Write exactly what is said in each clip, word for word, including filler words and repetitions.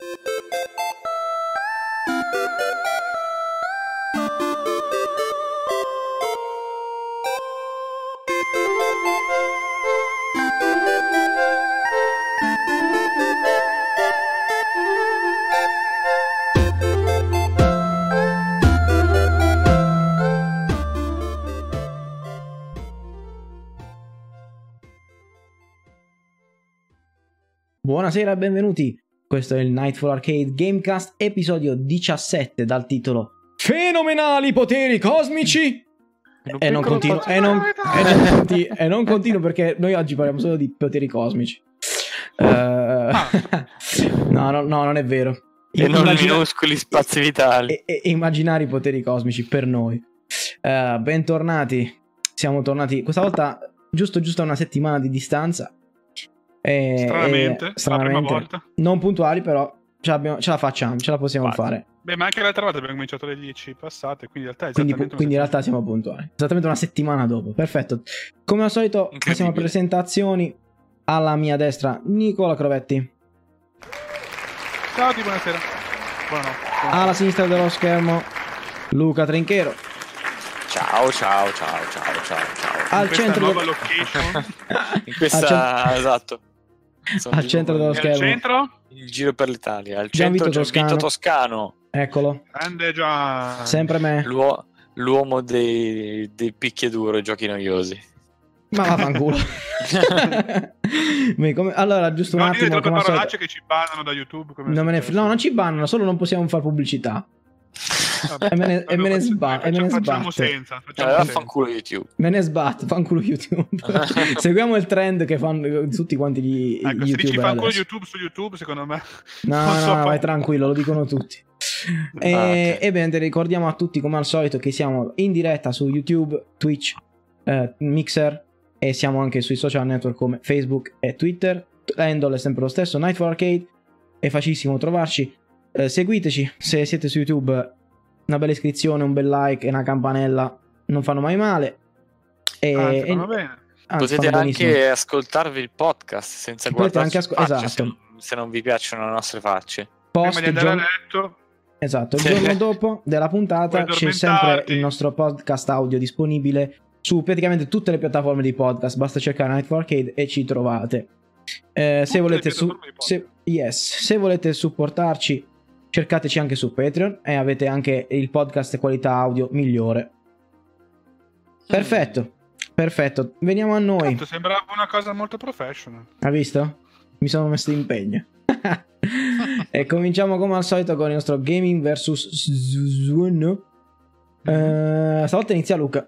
Buonasera e benvenuti, questo è il Nightfall Arcade Gamecast, episodio diciassette, dal titolo Fenomenali poteri cosmici! E non continuo, e non, e, non conti- e non continuo perché noi oggi parliamo solo di poteri cosmici. Uh, ah. no, no, no, non è vero. E non Immagina- minuscoli spazi vitali. E, e immaginari poteri cosmici per noi. Uh, bentornati, siamo tornati questa volta giusto giusto a una settimana di distanza. E, stranamente, e, stranamente la prima volta. Non puntuali, però ce, l'abbiamo, ce la facciamo, ce la possiamo Infatti. fare. Beh, ma anche l'altra volta abbiamo cominciato alle dieci passate, quindi in realtà è quindi, esattamente quindi in realtà siamo puntuali. Esattamente una settimana dopo. Perfetto. Come al solito passiamo a presentazioni. Alla mia destra Nicola Crovetti. Ciao, di buonasera. Buonanotte. Alla sinistra dello schermo Luca Trinchero. Ciao, ciao, ciao, ciao, ciao, ciao. Al in centro nuova del... location. In questa, centro... esatto. Sono al centro dello schermo. Al centro? Il giro per l'Italia. Al Gianvito centro Toscano. Gianvito Toscano. Eccolo. Grande Gian. Sempre me. L'uo- l'uomo dei, dei picchiaduro e giochi noiosi. Ma vaffanculo. come... Allora, giusto un non attimo. Non dire troppe parolacce solito... che ci bannano da YouTube. Come non me ne... No, non ci bannano, solo non possiamo fare pubblicità. Vabbè, e me ne, e me ne, sba- facciamo, e me ne facciamo sbatte. senza. Facciamo Eh, senza. fanculo YouTube. Me ne sbatte, fanculo YouTube. Seguiamo il trend che fanno tutti quanti gli, ecco, gli se dici YouTuber fanculo adesso. YouTube su YouTube, secondo me No, non no, so no, vai fare. tranquillo, lo dicono tutti. E, Ah, okay. Ebbene, ricordiamo a tutti come al solito che siamo in diretta su YouTube, Twitch, eh, Mixer, e siamo anche sui social network come Facebook e Twitter. L'handle è sempre lo stesso, Nightfall Arcade, è facilissimo trovarci. Eh, seguiteci se siete su YouTube. Una bella iscrizione, un bel like e una campanella non fanno mai male. E, Anzi, e, fanno bene. anzi, Potete fanno anche benissimo. ascoltarvi il podcast senza Potete guardare anche sulle asco- facce, esatto. se, non, se non vi piacciono le nostre facce. Prima Post di andare giorno- a letto, Esatto, il giorno dopo della puntata Puoi c'è sempre addormentarti. il nostro podcast audio disponibile su praticamente tutte le piattaforme di podcast. Basta cercare Nightfall Arcade e ci trovate. Eh, se le volete su- piattaforme di podcast. se, yes, se volete supportarci, cercateci anche su Patreon e avete anche il podcast qualità audio migliore. Perfetto, perfetto. Veniamo a noi. Tanto sembrava una cosa molto professional. Ha visto? Mi sono messo impegno. E cominciamo come al solito con il nostro Gaming versus Zun. Uh, stavolta inizia Luca.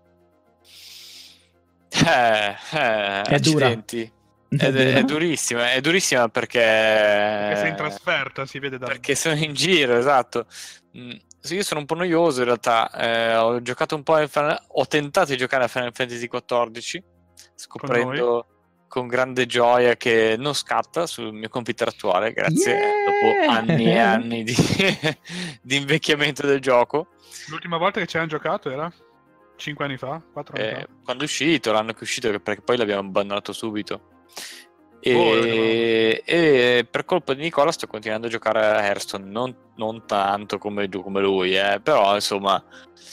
Eh, eh, È dura. accidenti. È, è durissima, è durissima perché... Perché sei in trasferta, si vede da... Perché sono in giro, esatto. Mm, sì, io sono un po' noioso in realtà. Eh, ho giocato un po' in Final... Ho tentato di giocare a Final Fantasy quattordici, scoprendo con, con grande gioia che non scatta sul mio computer attuale, grazie Yeah! dopo anni e anni di, di invecchiamento del gioco. L'ultima volta che ci hanno giocato era cinque anni fa? quattro anni Eh, fa? quando è uscito, l'anno che è uscito, perché poi l'abbiamo abbandonato subito. E, Oh, e per colpa di Nicola sto continuando a giocare a Hearthstone, non, non tanto come, come lui, eh, però insomma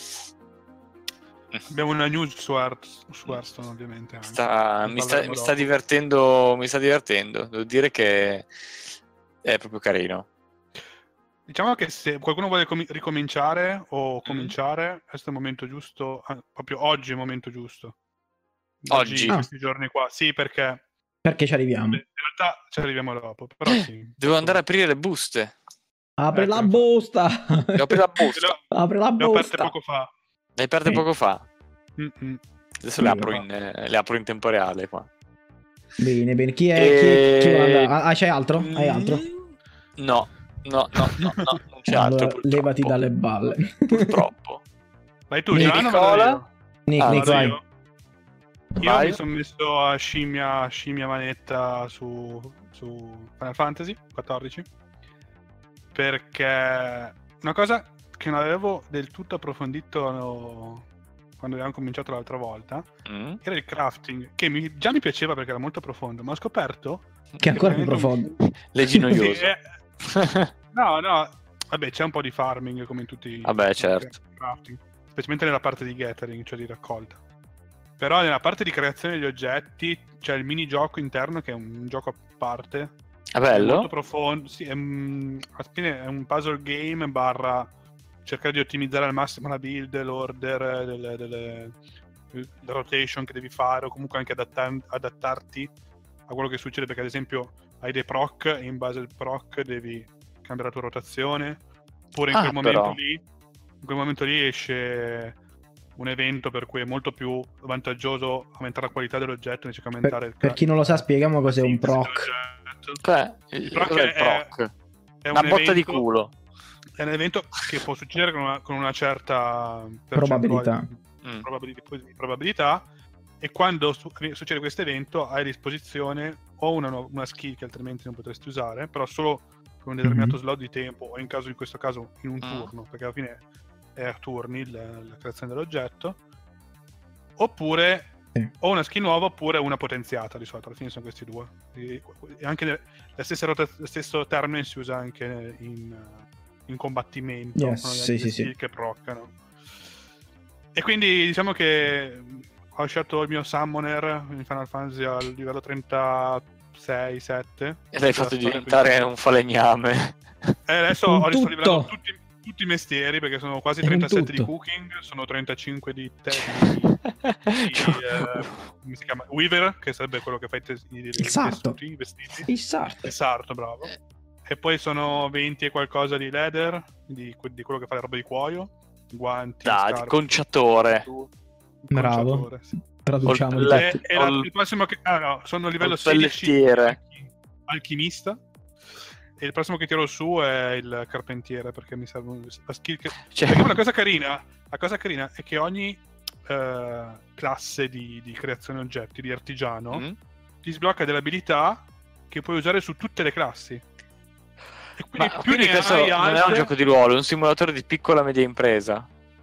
Abbiamo una news su, Art, su Hearthstone, ovviamente. Anche. sta, Ne mi, sta, parleremo mi sta dopo. divertendo, mi sta divertendo, devo dire che è proprio carino. Diciamo che se qualcuno vuole com- ricominciare Mm. o cominciare, questo è il momento giusto, ah, proprio oggi è il momento giusto. Oggi? Ah. Questi giorni qua. Sì, perché Perché ci arriviamo. beh, in realtà ci arriviamo dopo, però sì. Devo andare a aprire le buste. Apri Ecco, la infatti. busta. Devo aprire la Le busta. ho, Apri la le ho aperte busta. poco fa. Le aperte Sì. poco fa. Mm-mm. Adesso le Sì, apro, in, eh, le apro in tempo reale qua. Bene, bene. Chi è? E- Chi, è, chi vuole andare? Ah, c'hai altro? Hai altro? Mm, No, no, no, no, no, non c'è Allora, altro purtroppo. levati dalle balle. Purtroppo. Vai tu, Nick Gianno, Nicola? vado io? Nick, Ah, Nick, Vado vai. io? Io Vai. mi sono messo a scimmia, scimmia manetta su, su Final Fantasy quattordici perché una cosa che non avevo del tutto approfondito no, quando abbiamo cominciato l'altra volta Mm. era il crafting, che mi- già mi piaceva perché era molto profondo, ma ho scoperto Che è ancora più praticamente un- profondo. Leggi Sì, noioso. è, No, no, vabbè, c'è un po' di farming come in tutti i Vabbè, certo. crafting, specialmente nella parte di gathering, cioè di raccolta. Però nella parte di creazione degli oggetti c'è il minigioco interno che è un gioco a parte. È bello? È molto profondo, sì, è un, alla fine è un puzzle game barra cercare di ottimizzare al massimo la build, l'order, delle, delle, la rotation che devi fare, o comunque anche adattar, adattarti a quello che succede, perché ad esempio hai dei proc e in base al proc devi cambiare la tua rotazione, oppure in Ah, quel momento però. lì in quel momento lì esce un evento per cui è molto più vantaggioso aumentare la qualità dell'oggetto invece che aumentare Per, il per chi non lo sa, spieghiamo cos'è un sintesi proc. dell'oggetto. Cioè, il, Il proc cos'è il è- proc? È Una un botta di evento- culo. È un evento che può succedere con una, con una certa Probabilità. percentuale Mm. di probabilità, di probabilità, e quando su- succede questo evento hai a disposizione o una, nu- una skill che altrimenti non potresti usare, però solo per un determinato Mhm. slot di tempo, o in caso in questo caso in un Mm. turno, perché alla fine è a turni la, la creazione dell'oggetto, oppure Sì. o una skin nuova oppure una potenziata. Di solito alla fine sono questi due, e e anche ne- la stessa rota- lo stesso termine si usa anche in, in combattimento. Yes, sono sì, le sì, skill sì. che proccano, e quindi diciamo che ho scelto il mio summoner in Final Fantasy al livello trentasei sette E l'hai fatto diventare un falegname. e adesso Un ho risto tutto. livellato tutti, tutti i mestieri, perché sono quasi È un trentasette di tutto. cooking, sono trentacinque di, te- di, di, eh, come si chiama? Weaver, che sarebbe quello che fa i, tes- i, i sarto. tessuti, i vestiti. Il sarto. Il sarto, bravo. E poi sono venti e qualcosa di leather, di, que- di quello che fa le robe di cuoio, guanti, Dai, di scarpe, conciatore. un Bravo. conciatore, sì. Traduciamo Col- di le- tutto. E, e la- Col- il prossimo che ah no, sono a livello col sedici, pellettiere. alchi- alchimista, e il prossimo che tiro su è il carpentiere, perché mi serve un- la skill che... Cioè, Perché la cosa carina, la cosa carina è che ogni eh, classe di, di creazione oggetti, di artigiano, mm? ti sblocca delle abilità che puoi usare su tutte le classi. E quindi Ma più quindi ne questo hai non è un alte- gioco di ruolo, è un simulatore di piccola e media impresa.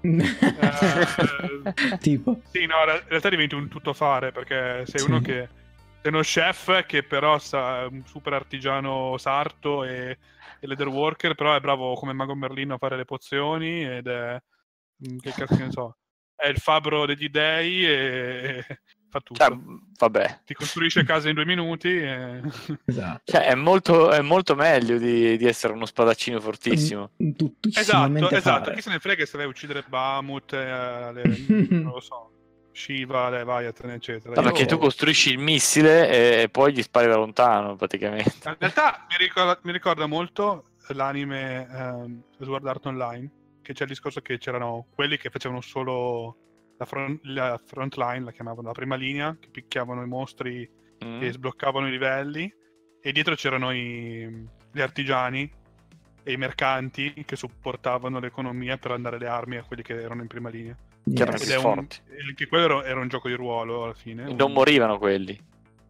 Eh, Tipo. Sì, no, in realtà diventi un tuttofare, perché sei Sì. uno che sei uno chef che però sa, è un super artigiano sarto e, e leather worker, però è bravo come Mago Merlino a fare le pozioni, ed è mm, che cazzo ne so, è il fabbro degli dei e, e fa tutto. Cioè, vabbè. Ti costruisce case in due minuti e... Esatto. Cioè, è molto, è molto meglio di, di essere uno spadaccino fortissimo. Tuttissimamente Esatto, esatto, fare. chi se ne frega se vai a uccidere Bahamut, eh, le- non lo so, Shiva, Leviathan, eccetera. No, Io- perché tu costruisci il missile e poi gli spari da lontano, praticamente. In realtà mi ricorda, mi ricorda molto l'anime ehm, Sword Art Online, che c'è il discorso che c'erano quelli che facevano solo la front, la front line, la chiamavano la prima linea, che picchiavano i mostri Mm. e sbloccavano i livelli, e dietro c'erano i, gli artigiani e i mercanti che supportavano l'economia per andare le armi a quelli che erano in prima linea. Che erano Yes. Ed più è un, forti. anche quello era, era un gioco di ruolo alla fine. Non un- morivano quelli.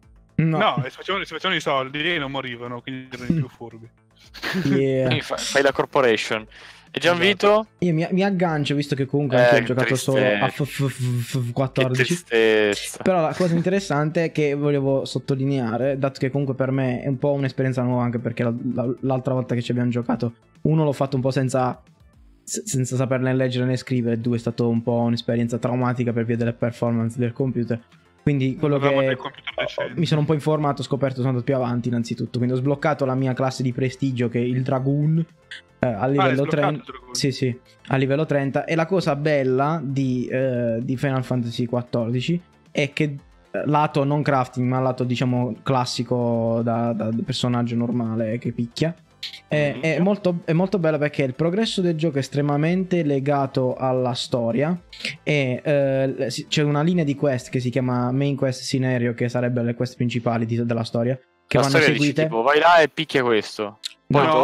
No. No, si facevano, si facevano i soldi e non morivano, quindi erano i più furbi. Yeah. Quindi fa- fai la corporation. E Gianvito? Io mi, mi aggancio, visto che comunque Eh, anche ho che giocato solo a tristezza. F F F Che quattordici. tristezza. Però la cosa interessante che volevo sottolineare, dato che comunque per me è un po' un'esperienza nuova, anche perché la- la- l'altra volta che ci abbiamo giocato, uno l'ho fatto un po' senza, se- senza saperne leggere né scrivere, due è stato un po' un'esperienza traumatica per via delle performance del computer. Quindi quello Non avevamo che dei computer ho- decenti. mi sono un po' informato, ho scoperto, sono andato più avanti innanzitutto, quindi ho sbloccato la mia classe di prestigio che è il Dragoon eh, a Ah, l'hai livello sbloccato trenta. il Dragoon? Sì, sì, a livello trenta. E la cosa bella di, eh, di Final Fantasy quattordici è che eh, lato non crafting, ma lato diciamo classico da, da personaggio normale che picchia, è, Mhm. è molto, è molto bello perché il progresso del gioco è estremamente legato alla storia, e eh, si- c'è una linea di quest che si chiama Main Quest Scenario, che sarebbero le quest principali di- della storia, che La vanno storia dice seguite. tipo vai là e picchia questo. Poi No, torna.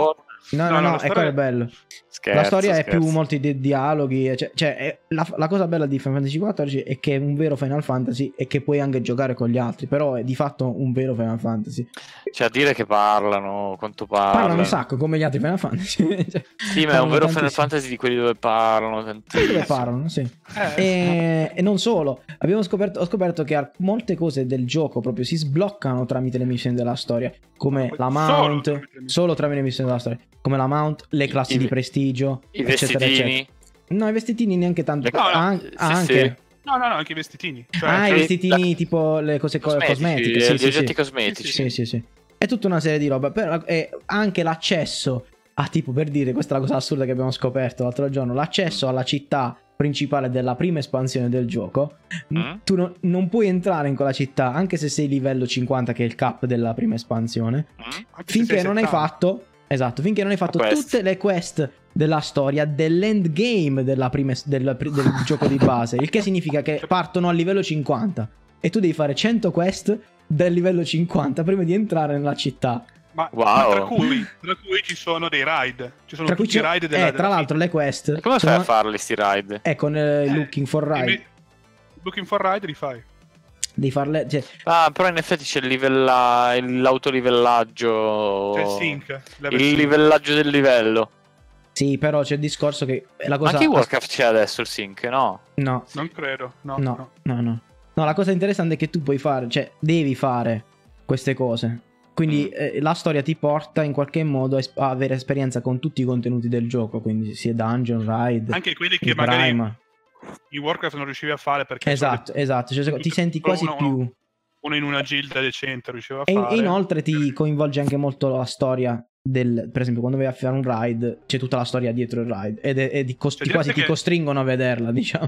No, no, No, no, no, la è storia- quello è bello. Scherzo, La storia è scherzo. più molti di- dialoghi, cioè, cioè, è- la, la cosa bella di Final Fantasy quattordici è che è un vero Final Fantasy e che puoi anche giocare con gli altri, però è di fatto un vero Final Fantasy. Cioè, a dire che parlano, quanto parlano. Parlano un sacco come gli altri Final Fantasy. Cioè, Sì, ma è un parlano vero Final tantissimo. Fantasy di quelli dove parlano tantissimo. Dove parlano, sì. Eh, E, e non solo, abbiamo scoperto, ho scoperto che molte cose del gioco proprio si sbloccano tramite le missioni della storia, come la Solo mount, tramite le missioni. solo tramite le missioni della storia, come la mount, le classi I- di prestigio, I eccetera, vestitini. eccetera. No, i vestitini neanche tanto. Le- No, no, An- sì, anche. sì. No, no, no, anche i vestitini. Cioè, Ah, i cioè, vestitini la- tipo le cose co- Cosmetici, cosmetiche. gli Sì, sì, oggetti sì. cosmetici. Sì, sì, sì. È tutta una serie di roba. Però è anche l'accesso a, tipo, per dire, questa è la cosa assurda che abbiamo scoperto l'altro giorno, l'accesso alla città principale della prima espansione del gioco. Mm. Tu no- non puoi entrare in quella città anche se sei livello cinquanta, che è il cap della prima espansione, Mm? anche se finché sei non hai settanta. fatto esatto, finché non hai fatto La quest. tutte le quest della storia dell'endgame della prima es- del, pri- del gioco di base, il che significa che partono a livello cinquanta e tu devi fare cento quest del livello cinquanta prima di entrare nella città. Ma, Wow. ma tra, cui, tra cui ci sono dei raid. Ci sono Tra cui tutti i c'è- raid della, eh, tra della l'altro le quest E come fai sono- a farli sti ride? eh, con eh, Eh, Looking for e Ride me- Looking for raid li fai. devi farle, cioè, Ah, però in effetti c'è il livella... l'autolivellaggio. C'è il sync. level Il sync. livellaggio del livello. sì, però c'è il discorso che è la Ma cosa anche in Warcraft c'è adesso il sync, no? no, Non credo. No, no, no. no, no. No, la cosa interessante è che tu puoi fare, cioè devi fare queste cose. Quindi Mm. eh, la storia ti porta in qualche modo a es- a avere esperienza con tutti i contenuti del gioco, quindi sia dungeon, ride, Anche quelli che il magari Prima. in Warcraft non riuscivi a fare perché Esatto, solo- esatto, cioè, ti senti solo quasi uno- più. uno in una gilda decente riusciva a E, fare. e inoltre ti coinvolge anche molto la storia del, per esempio, quando vai a fare un ride, c'è tutta la storia dietro il ride ed è, è di cos- Cioè, quasi direi ti che- costringono a vederla, diciamo.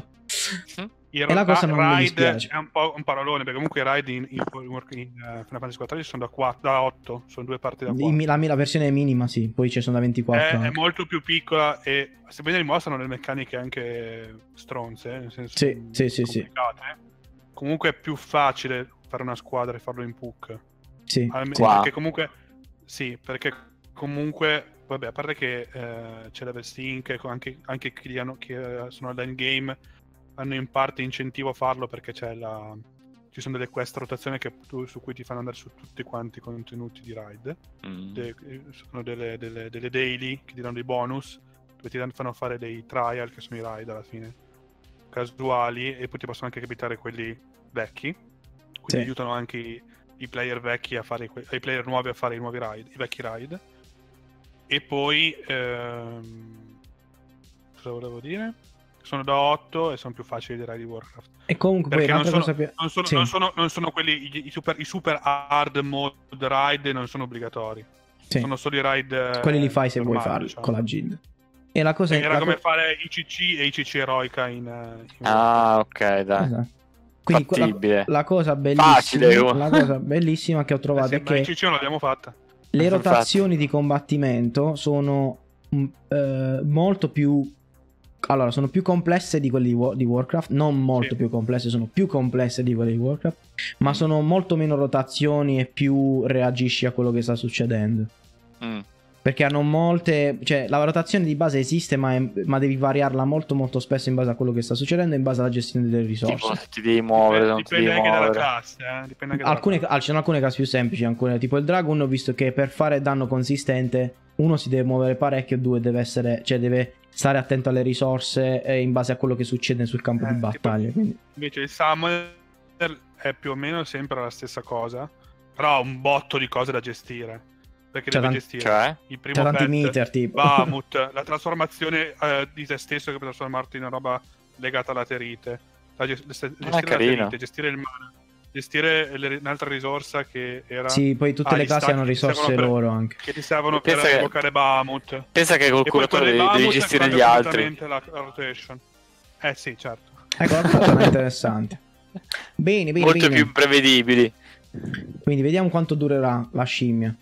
Il E la cosa ra- non mi raid dispiace. è un po' un parolone perché comunque i raid in, in, in, in uh, Final Fantasy quattordici sono da, quattro, da otto, sono due parti da I- quattro. La, la versione è minima, sì, poi ci sono da ventiquattro. È, è anche. molto più piccola e sebbene dimostrano delle meccaniche anche stronze, nel senso Sì, mh, sì, sì, sì. complicate, comunque è più facile fare una squadra e farlo in puck. Sì, Alme- sì. Wow. Perché comunque sì, perché comunque vabbè, a parte che eh, c'è level sync, anche, anche chi hanno, che eh, sono all'endgame hanno in parte incentivo a farlo perché c'è la ci sono delle quest a rotazione che tu, su cui ti fanno andare su tutti quanti i contenuti di raid. Mm. De- sono delle, delle, delle daily che ti danno dei bonus dove ti dan- fanno fare dei trial che sono i raid alla fine casuali e poi ti possono anche capitare quelli vecchi, quindi Sì. aiutano anche i, i player vecchi a fare que- i player nuovi a fare i nuovi raid, i vecchi raid. E poi ehm, cosa volevo dire? Sono da otto e sono più facili dei raid di Warcraft. E comunque poi Perché non un'altra sono, cosa più. non, sono, sì. non, sono, non sono quelli i, i super, i super hard mode raid non sono obbligatori. Sì. Sono solo i raid eh, Quelli li fai se normali, vuoi farli diciamo. con la guild. E la cosa Era la come co- fare I C C e I C C eroica in, eh, in Ah, ok, dai. Esatto. Quindi la, Fattibile. la cosa bellissima, Facile, oh. la cosa bellissima che ho trovato Eh è sì, ma che I C C non l'abbiamo fatta. le Infatti. rotazioni di combattimento sono mh, eh, molto più allora sono più complesse di quelle di, Wa- di Warcraft, non molto Sì. più complesse, sono più complesse di quelle di Warcraft, ma sono molto meno rotazioni e più reagisci a quello che sta succedendo. Mm. Perché hanno molte, cioè la rotazione di base esiste, ma, è- ma devi variarla molto molto spesso in base a quello che sta succedendo e in base alla gestione delle risorse. Tipo, se ti devi muovere, non ti Dipende devi anche dalla muovere. classe. Eh? Dipende anche dalla Alcune, classe. ah, ci sono alcune case più semplici, alcune, tipo il Dragon, ho visto che per fare danno consistente uno si deve muovere parecchio, due deve essere, cioè deve stare attento alle risorse e in base a quello che succede sul campo Eh, di battaglia. tipo- Quindi, Invece il Summoner è più o meno sempre la stessa cosa, però ha un botto di cose da gestire. Perché C'è deve tanti- gestire Cioè? il primo c'è tanti pet, meter tipo. Bahamut, la trasformazione eh, di te stesso che puoi trasformarti in una roba legata alla terite, la gest- gestire la carino. terite, gestire il mana, gestire le- un'altra risorsa che era Sì, poi tutte Ah, le gli classi stacchi hanno che risorse servono per- loro anche. che ti servono per Pensa che- evocare Bahamut. Pensa che col E poi curatore quelle devi, devi Bahamut gestire cambia gli altri. completamente La, la rotation. Eh sì, certo. Ecco, la cosa è interessante. Bene, bene, Molto bene. più prevedibili. Quindi vediamo quanto durerà la scimmia.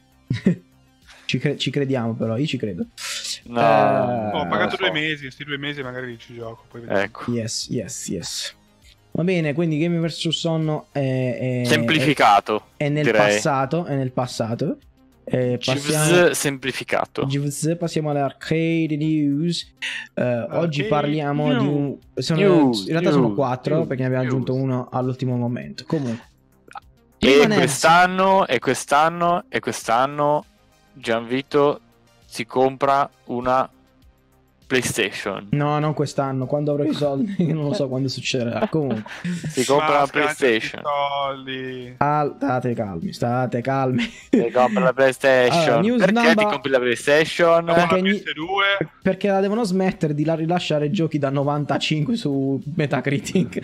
ci, cre- ci crediamo però, io ci credo. No, Eh, Ho pagato lo so. due mesi, questi due mesi magari ci gioco. Poi vediamo. Ecco. Yes, yes, yes. Va bene, quindi Game versus. Sonno è, è- Semplificato. è nel direi. passato, è nel passato. Eh, passiamo... G V Z semplificato. G V Z, passiamo alle arcade news. Uh, arcade oggi parliamo news. di un... Sono... News, in realtà news, sono quattro news, perché ne abbiamo news. aggiunto uno all'ultimo momento. Comunque. E Prima news. quest'anno, e quest'anno, e quest'anno Gianvito si compra una PlayStation. No, non quest'anno, quando avrò i soldi, non lo so quando succederà. Comunque, Si compra una Basta, anche PlayStation. i soldi. Al- state calmi, state calmi. Si compra la PlayStation. Allora, news Perché number- ti compri la PlayStation? Dopo Perché la gli- P S due, Perché la devono smettere di la rilasciare giochi da novantacinque su Metacritic.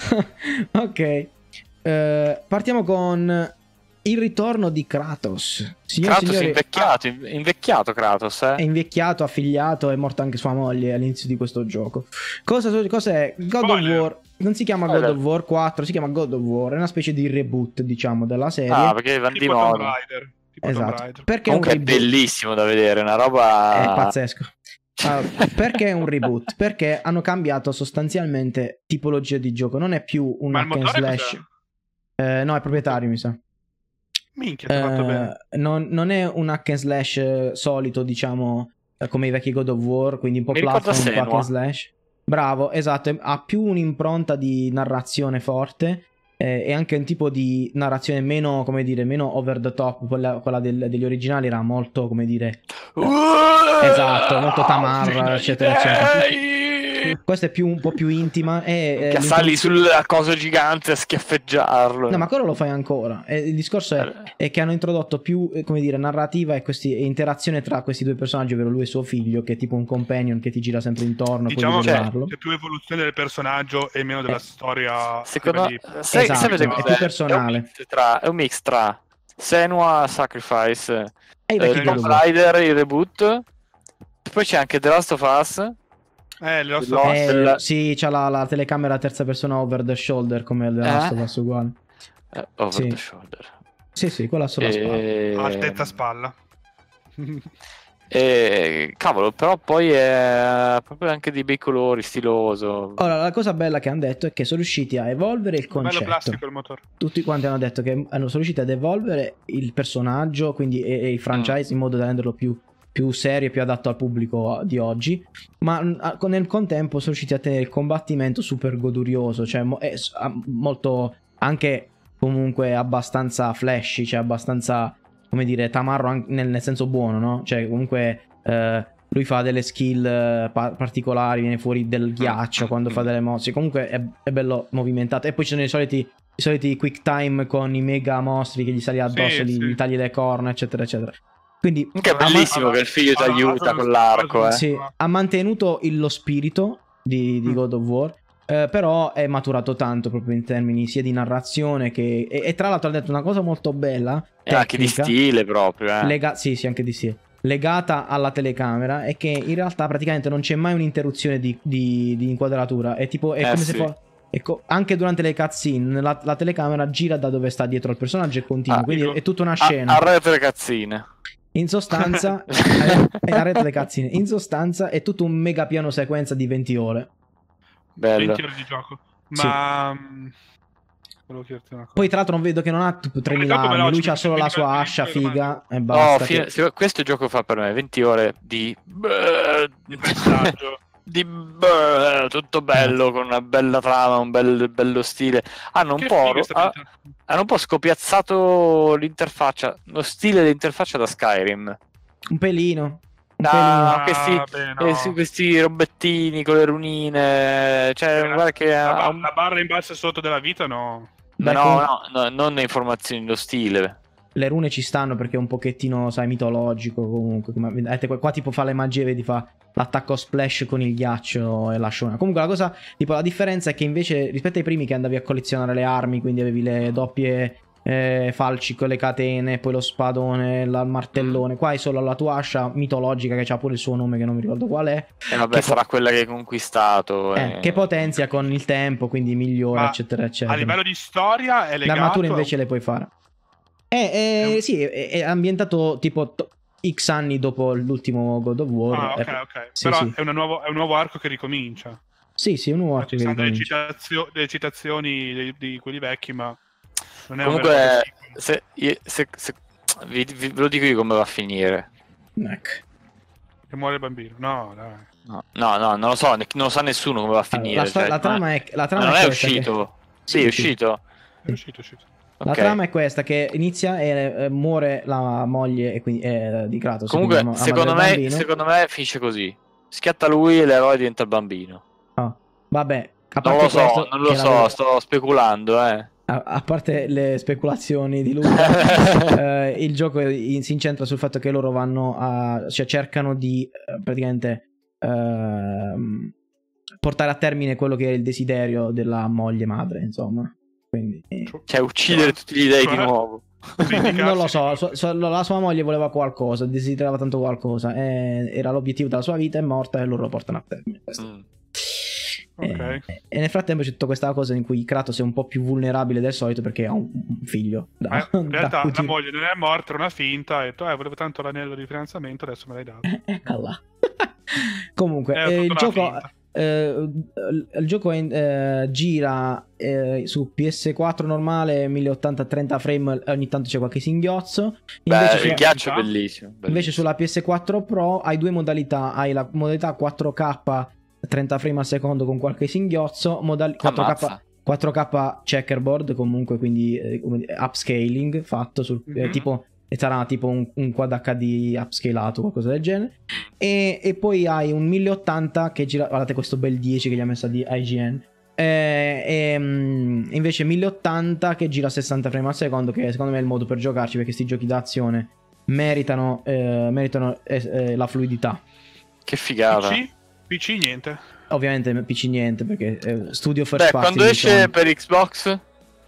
Ok. Eh, partiamo con il ritorno di Kratos. Signor Kratos è signori, invecchiato, inv- invecchiato Kratos, eh? è invecchiato, affiliato, è morta anche sua moglie all'inizio di questo gioco. Cosa, cos'è? God Spoiler. of War. Non si chiama Spoiler. God of War quattro, si chiama God of War. È una specie di reboot, diciamo, della serie. Ah, perché vanno di tipo Tomb moda. Raider. Tipo Tomb Esatto. Raider. Perché è un Comunque è reboot? bellissimo da vedere, una roba... È pazzesco. Allora, perché è un reboot? Perché hanno cambiato sostanzialmente tipologia di gioco. Non è più un Ma il hack and motore slash. cos'è? Eh, no, è proprietario, mi sa. Minchia, ti ha fatto bene. Eh, non, non è un hack and slash eh, solito, diciamo, eh, come i vecchi God of War, quindi un po' Mi ricorda platform, un po' hack and Senua. slash. Bravo, esatto, ha più un'impronta di narrazione forte eh, e anche un tipo di narrazione meno, come dire, meno over the top. Quella, quella del- degli originali era molto, come dire, esatto, molto tamarra, eccetera, eccetera. Questa è più, un po' più intima e, Che eh, sali l'introduzione- sul coso gigante a schiaffeggiarlo. No, ma quello lo fai ancora. E il discorso è, è che hanno introdotto più, eh, come dire, narrativa e, questi, e interazione tra questi due personaggi, ovvero lui e suo figlio, che è tipo un companion che ti gira sempre intorno, Diciamo puoi che liberarlo. c'è più evoluzione del personaggio e meno della Eh. storia. Secondo me, prima di- sai, Esatto, sapete è cos'è? più personale. È un mix tra, è un mix tra Senua Sacrifice, E i eh, vecchi God Tomb of War. Raider, il reboot, poi c'è anche The Last of Us. Eh, le Lost- ossa- Eh, della- sì, c'ha la, la telecamera a terza persona over the shoulder come The Last of Eh? Us uguale. Eh, over Sì. the shoulder. Sì, sì, quella sulla spalla. E... altezza spalla. e... Cavolo, però poi è proprio anche di bei colori, stiloso. Ora, la cosa bella che hanno detto è che sono riusciti a evolvere il Bello concetto. plastico il motore. Tutti quanti hanno detto che hanno, sono riusciti ad evolvere il personaggio, quindi e, e il franchise in modo da renderlo più, più serio e più adatto al pubblico di oggi, ma mh, a- nel contempo sono riusciti a tenere il combattimento super godurioso, cioè mo- è s- a- molto anche comunque abbastanza flashy, cioè abbastanza, come dire, tamarro anche nel, nel senso buono, no? Cioè comunque eh, lui fa delle skill eh, pa- particolari, viene fuori del ghiaccio quando fa delle mosse, comunque è, è bello movimentato. E poi ci sono i soliti, i soliti quick time con i mega mostri che gli sali addosso, Sì, gli, sì. gli tagli le corna, eccetera, eccetera. Quindi Che è ha ma- bellissimo che il figlio ti aiuta con l'arco, eh. sì, ha mantenuto il- lo spirito di, di Mm. God of War, eh, però è maturato tanto proprio in termini sia di narrazione che... E, e tra l'altro ha detto una cosa molto bella, E anche di tecnica, stile proprio, eh. lega- sì, sì, anche di sì, legata alla telecamera, è che in realtà praticamente non c'è mai un'interruzione di, di- di inquadratura, è tipo, è Eh, come sì. se fosse... Ecco, anche durante le cutscene la, la telecamera gira da dove sta dietro al personaggio e continua, Ah, quindi dico- è tutta una A- scena. Arredo le cazzine. In sostanza, è la rete delle cazzine. In sostanza, è tutto un mega piano sequenza di venti ore. Bello. venti ore di gioco. Ma mm, volevo chiederti una cosa. Poi, tra l'altro, non vedo che non ha tipo tremila troppo anni. veloce, Lui ha mi solo la sua dimentica ascia di fare figa e No, basta. fine- che- se- questo gioco fa per me venti ore di... Il messaggio. di tutto bello, con una bella trama, un bel, bello stile. Hanno un Che po'... figa sta ah, vita. hanno un po' scopiazzato l'interfaccia, lo stile dell'interfaccia da Skyrim. Un pelino. Un Ah, Ah, questi, beh, no. eh, sì, questi robettini con le runine, cioè La- guarda che la, ha ba- un- la barra in basso e sotto della vita, no. Beh, no, com- no, no, non le informazioni, lo stile. Le rune ci stanno perché è un pochettino, sai, mitologico comunque. Come, vedete, qua, qua tipo fa le magie, vedi, fa l'attacco splash con il ghiaccio e l'asciona. Comunque la cosa, tipo la differenza è che invece rispetto ai primi che andavi a collezionare le armi, quindi avevi le doppie eh, falci con le catene, poi lo spadone, la- il martellone, qua hai solo la tua ascia mitologica che ha pure il suo nome che non mi ricordo qual è, E vabbè, Che po- sarà quella che hai conquistato. eh, e- che potenzia con il tempo, quindi migliora, Ma eccetera, A eccetera. livello di storia è Le legato. armature invece le puoi fare. Eh, eh, È un- sì, è, è ambientato tipo to- X anni dopo l'ultimo God of War. Ah, ok, Eh, ok. sì, Però sì. È, una nuovo, è un nuovo arco che ricomincia. Sì, sì, un nuovo arco Ci che stanno delle, ricomincia. citazio- delle citazioni di, di quelli vecchi, ma non è un vero e Comunque, proprio sequel. se, io- se- se- vi, vi, ve lo dico io come va a finire. Ecco. Che muore il bambino. No, dai. No, no, no, non lo so, non lo sa nessuno come va a finire. Allora, la, cioè, la trama è, la trama non è è questa uscito. che... Sì, è uscito. È uscito, è uscito. La Ok. trama è questa, che inizia e eh, muore la moglie e quindi, eh, di Kratos. Comunque, quindi la- la secondo madre del me, bambino. secondo me finisce così. Schiatta lui e l'eroe diventa il bambino. Ah, vabbè, a Non parte lo so, questo, non lo che so, la- sto speculando, eh. a, a parte le speculazioni di Luca, eh, il gioco in- si incentra sul fatto che loro vanno a, cioè cercano di eh, praticamente ehm, portare a termine quello che è il desiderio della moglie madre, insomma. Quindi eh, Cioè, uccidere tutti gli dei di nuovo. non lo so, su- su- la sua moglie voleva qualcosa, desiderava tanto qualcosa, eh, era l'obiettivo della sua vita, è morta e loro lo portano a termine. Questo. Mm. Ok. Eh, e nel frattempo c'è tutta questa cosa in cui Kratos è un po' più vulnerabile del solito perché ha un, un figlio. Da, Ma in da realtà la cugino. moglie non è morta, era una finta. Ha detto, eh, volevo tanto l'anello di fidanzamento, adesso me l'hai dato. Eccola. Comunque, Era eh, tutta il, una gioco, finta. eh, il gioco è in- eh, gira eh, su P S quattro normale mille ottanta a trenta frame, ogni tanto c'è qualche singhiozzo. Invece, Beh, sulla, il ghiaccio è sulla- bellissimo. invece bellissimo. sulla P S quattro Pro hai due modalità, hai la modalità quattro K trenta frame al secondo con qualche singhiozzo, modal- quattro K Ammazza. quattro K checkerboard comunque, quindi eh, come dire, upscaling fatto sul eh, Mhm. tipo e sarà tipo un, un Quad H D upscalato, qualcosa del genere. E, e poi hai un mille ottanta che gira, guardate questo bel dieci che gli ha messo di I G N. Eh, e, mm, invece mille ottanta che gira a sessanta frame al secondo, che secondo me è il modo per giocarci, perché questi giochi d'azione meritano, eh, meritano eh, eh, la fluidità. Che figata. P C? P C niente. Ovviamente P C niente, perché eh, studio first Beh, party quando di esce Sony. per Xbox?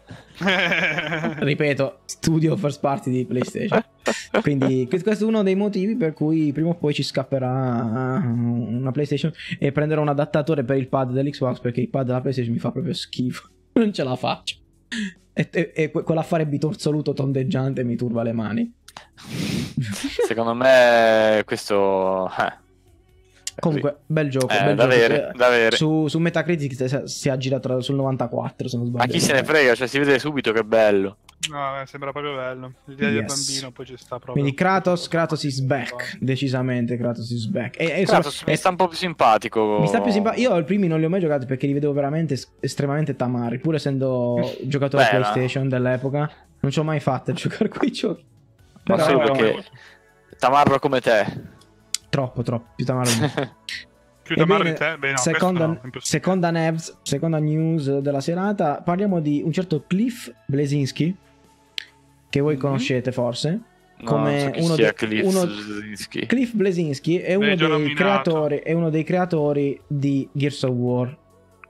Ripeto, studio first party di PlayStation. Quindi questo è uno dei motivi per cui prima o poi ci scapperà una PlayStation e prenderò un adattatore per il pad dell'Xbox, perché il pad della PlayStation mi fa proprio schifo. Non ce la faccio. E, e, e que- quell'affare bitorzoluto tondeggiante mi turba le mani. Secondo me questo... Eh. Comunque, bel gioco. Eh, bel da gioco. avere, Eh, da avere. Su, su Metacritic si- si aggira tra, sul novantaquattro, se non sbaglio. Ma chi se ne frega, cioè si vede subito che bello. No, eh, sembra proprio bello. L'idea del Yes. bambino poi ci sta proprio. Quindi Kratos, Kratos is back. Decisamente Kratos is back. E, e Kratos so- mi e- sta un po' più simpatico. Mi sta più simpatico. Io i primi non li ho mai giocati perché li vedevo veramente es- estremamente tamari. Pur essendo giocatore Beh, PlayStation dell'epoca, non ci ho mai fatto a giocare quei giochi. Ma Però- solo perché tamarro come te. Troppo, troppo. Più tamaro di me. Più da mare Ebbene, di te? Beh, no, seconda, questo no, impossibile. seconda nevs, seconda news della serata. Parliamo di un certo Cliff Blesinski, che voi Mhm. conoscete forse. No, Come non so chi uno sia de- Cliff uno- Zzinski. Cliff Blesinski è uno, L'hai già dei nominato. creatori, è uno dei creatori di Gears of War,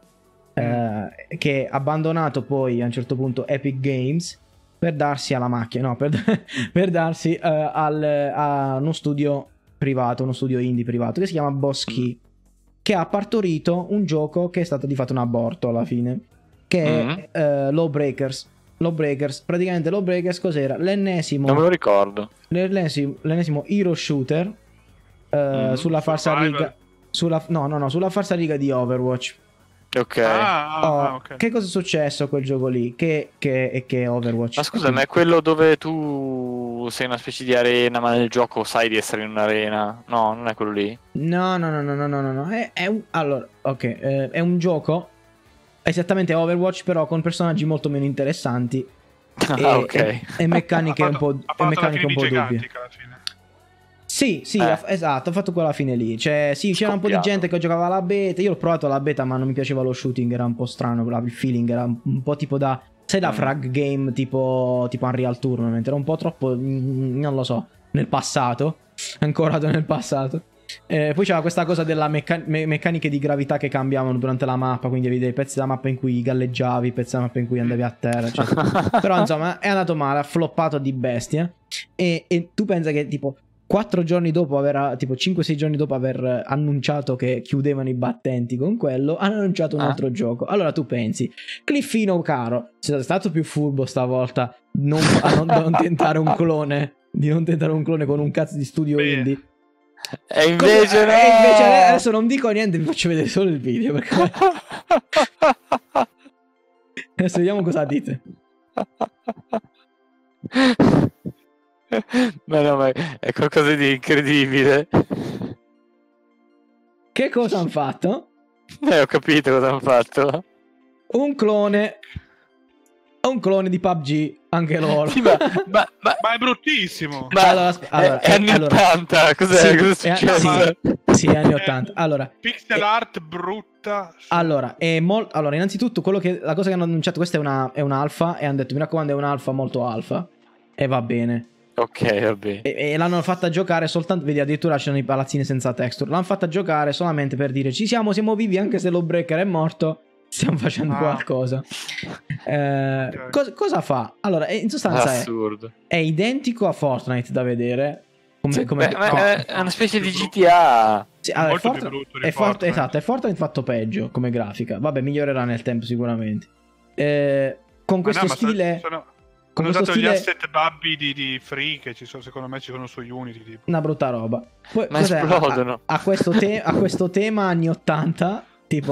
eh, che ha abbandonato poi a un certo punto Epic Games per darsi alla macchia, no, per, per darsi eh, al, a uno studio privato, uno studio indie privato che si chiama Boss Key, che ha partorito un gioco che è stato di fatto un aborto alla fine, che Mm. è eh, Lawbreakers. Lawbreakers, praticamente Lawbreakers cos'era? L'ennesimo Non me lo ricordo. l'ennesimo, l'ennesimo hero shooter eh, Mm. sulla falsa Survival. riga sulla, no no no sulla falsa riga di Overwatch. Ok. Ah, ah, Oh, ah, ok. che cosa è successo a quel gioco lì che, che, e che è Overwatch? Ma scusa, ma è quello dove tu sei una specie di arena, ma nel gioco sai di essere in un'arena? No, non è quello lì. no no no no no no no no è, è un allora ok eh, è un gioco esattamente Overwatch, però con personaggi molto meno interessanti e, Ah, ok. e, e meccaniche Ha un po', fatto- ha e fatto la meccaniche fine un di po' dubbie. Gigantic alla fine. Sì, sì, Eh. ha- esatto, ho fatto quella fine lì. Cioè, sì, c'era un po' di Scoppiato. gente che giocava alla beta. Io l'ho provato alla beta, ma non mi piaceva lo shooting, era un po' strano. Il feeling era un po' tipo da. Sai, da Mm. frag game tipo, tipo Unreal Tournament. Era un po' troppo. mm, Non lo so. Nel passato. Ancorato nel passato. Eh, poi c'era questa cosa della mecca- me- meccaniche di gravità che cambiavano durante la mappa. Quindi avevi dei pezzi della mappa in cui galleggiavi, pezzi della mappa in cui andavi a terra, eccetera. Però insomma è andato male, ha floppato di bestia. E, e tu pensa che tipo quattro giorni dopo aver, tipo cinque sei giorni dopo aver annunciato che chiudevano i battenti con quello, hanno annunciato un Ah. altro gioco. Allora tu pensi, Cliffino caro, sei stato più furbo stavolta non, a non, non tentare un clone, di non tentare un clone con un cazzo di studio Beh. indie. E invece Come- no! e invece adesso non dico niente, vi faccio vedere solo il video perché adesso vediamo cosa dite. Ma no, ma è qualcosa di incredibile. Che cosa hanno fatto? Eh, ho capito cosa hanno fatto. Un clone. Un clone di P U B G, anche loro. Sì, ma, ma, ma, Ma è bruttissimo. ma allora, asp- allora, è, è anni allora- ottanta, cos'è? Sì, Cosa è è- successo? sì, anni ottanta. Allora, Pixel eh, art brutta. allora, è mol- allora, innanzitutto, quello che, la cosa che hanno annunciato, questa è una è un'alfa, e hanno detto, mi raccomando, è un'alfa molto alfa, e va bene. Ok, vabbè. E, e l'hanno fatta giocare soltanto, vedi, addirittura c'erano i palazzini senza texture. L'hanno fatta giocare solamente per dire, ci siamo, siamo vivi, anche se Lawbreaker è morto, stiamo facendo Ah. qualcosa. Eh, Ok. cos- cosa fa? Allora, è- in sostanza è, Assurdo. è identico a Fortnite da vedere. Come, Sì, come- beh, ma no, è è una specie di G T A. sì, allora, è molto Fortnite- più brutto di è Fort- Fortnite. esatto, è Fortnite fatto peggio come grafica. Vabbè, migliorerà nel tempo sicuramente. Eh, con Ma questo no, ma sono- stile, sono- con hanno questo usato stile, gli asset babbi di, di Free che ci sono, secondo me ci sono su Unity. Tipo. una brutta roba. Poi, Ma cos'è? esplodono. Ha, ha questo te- ha questo tema anni ottanta, tipo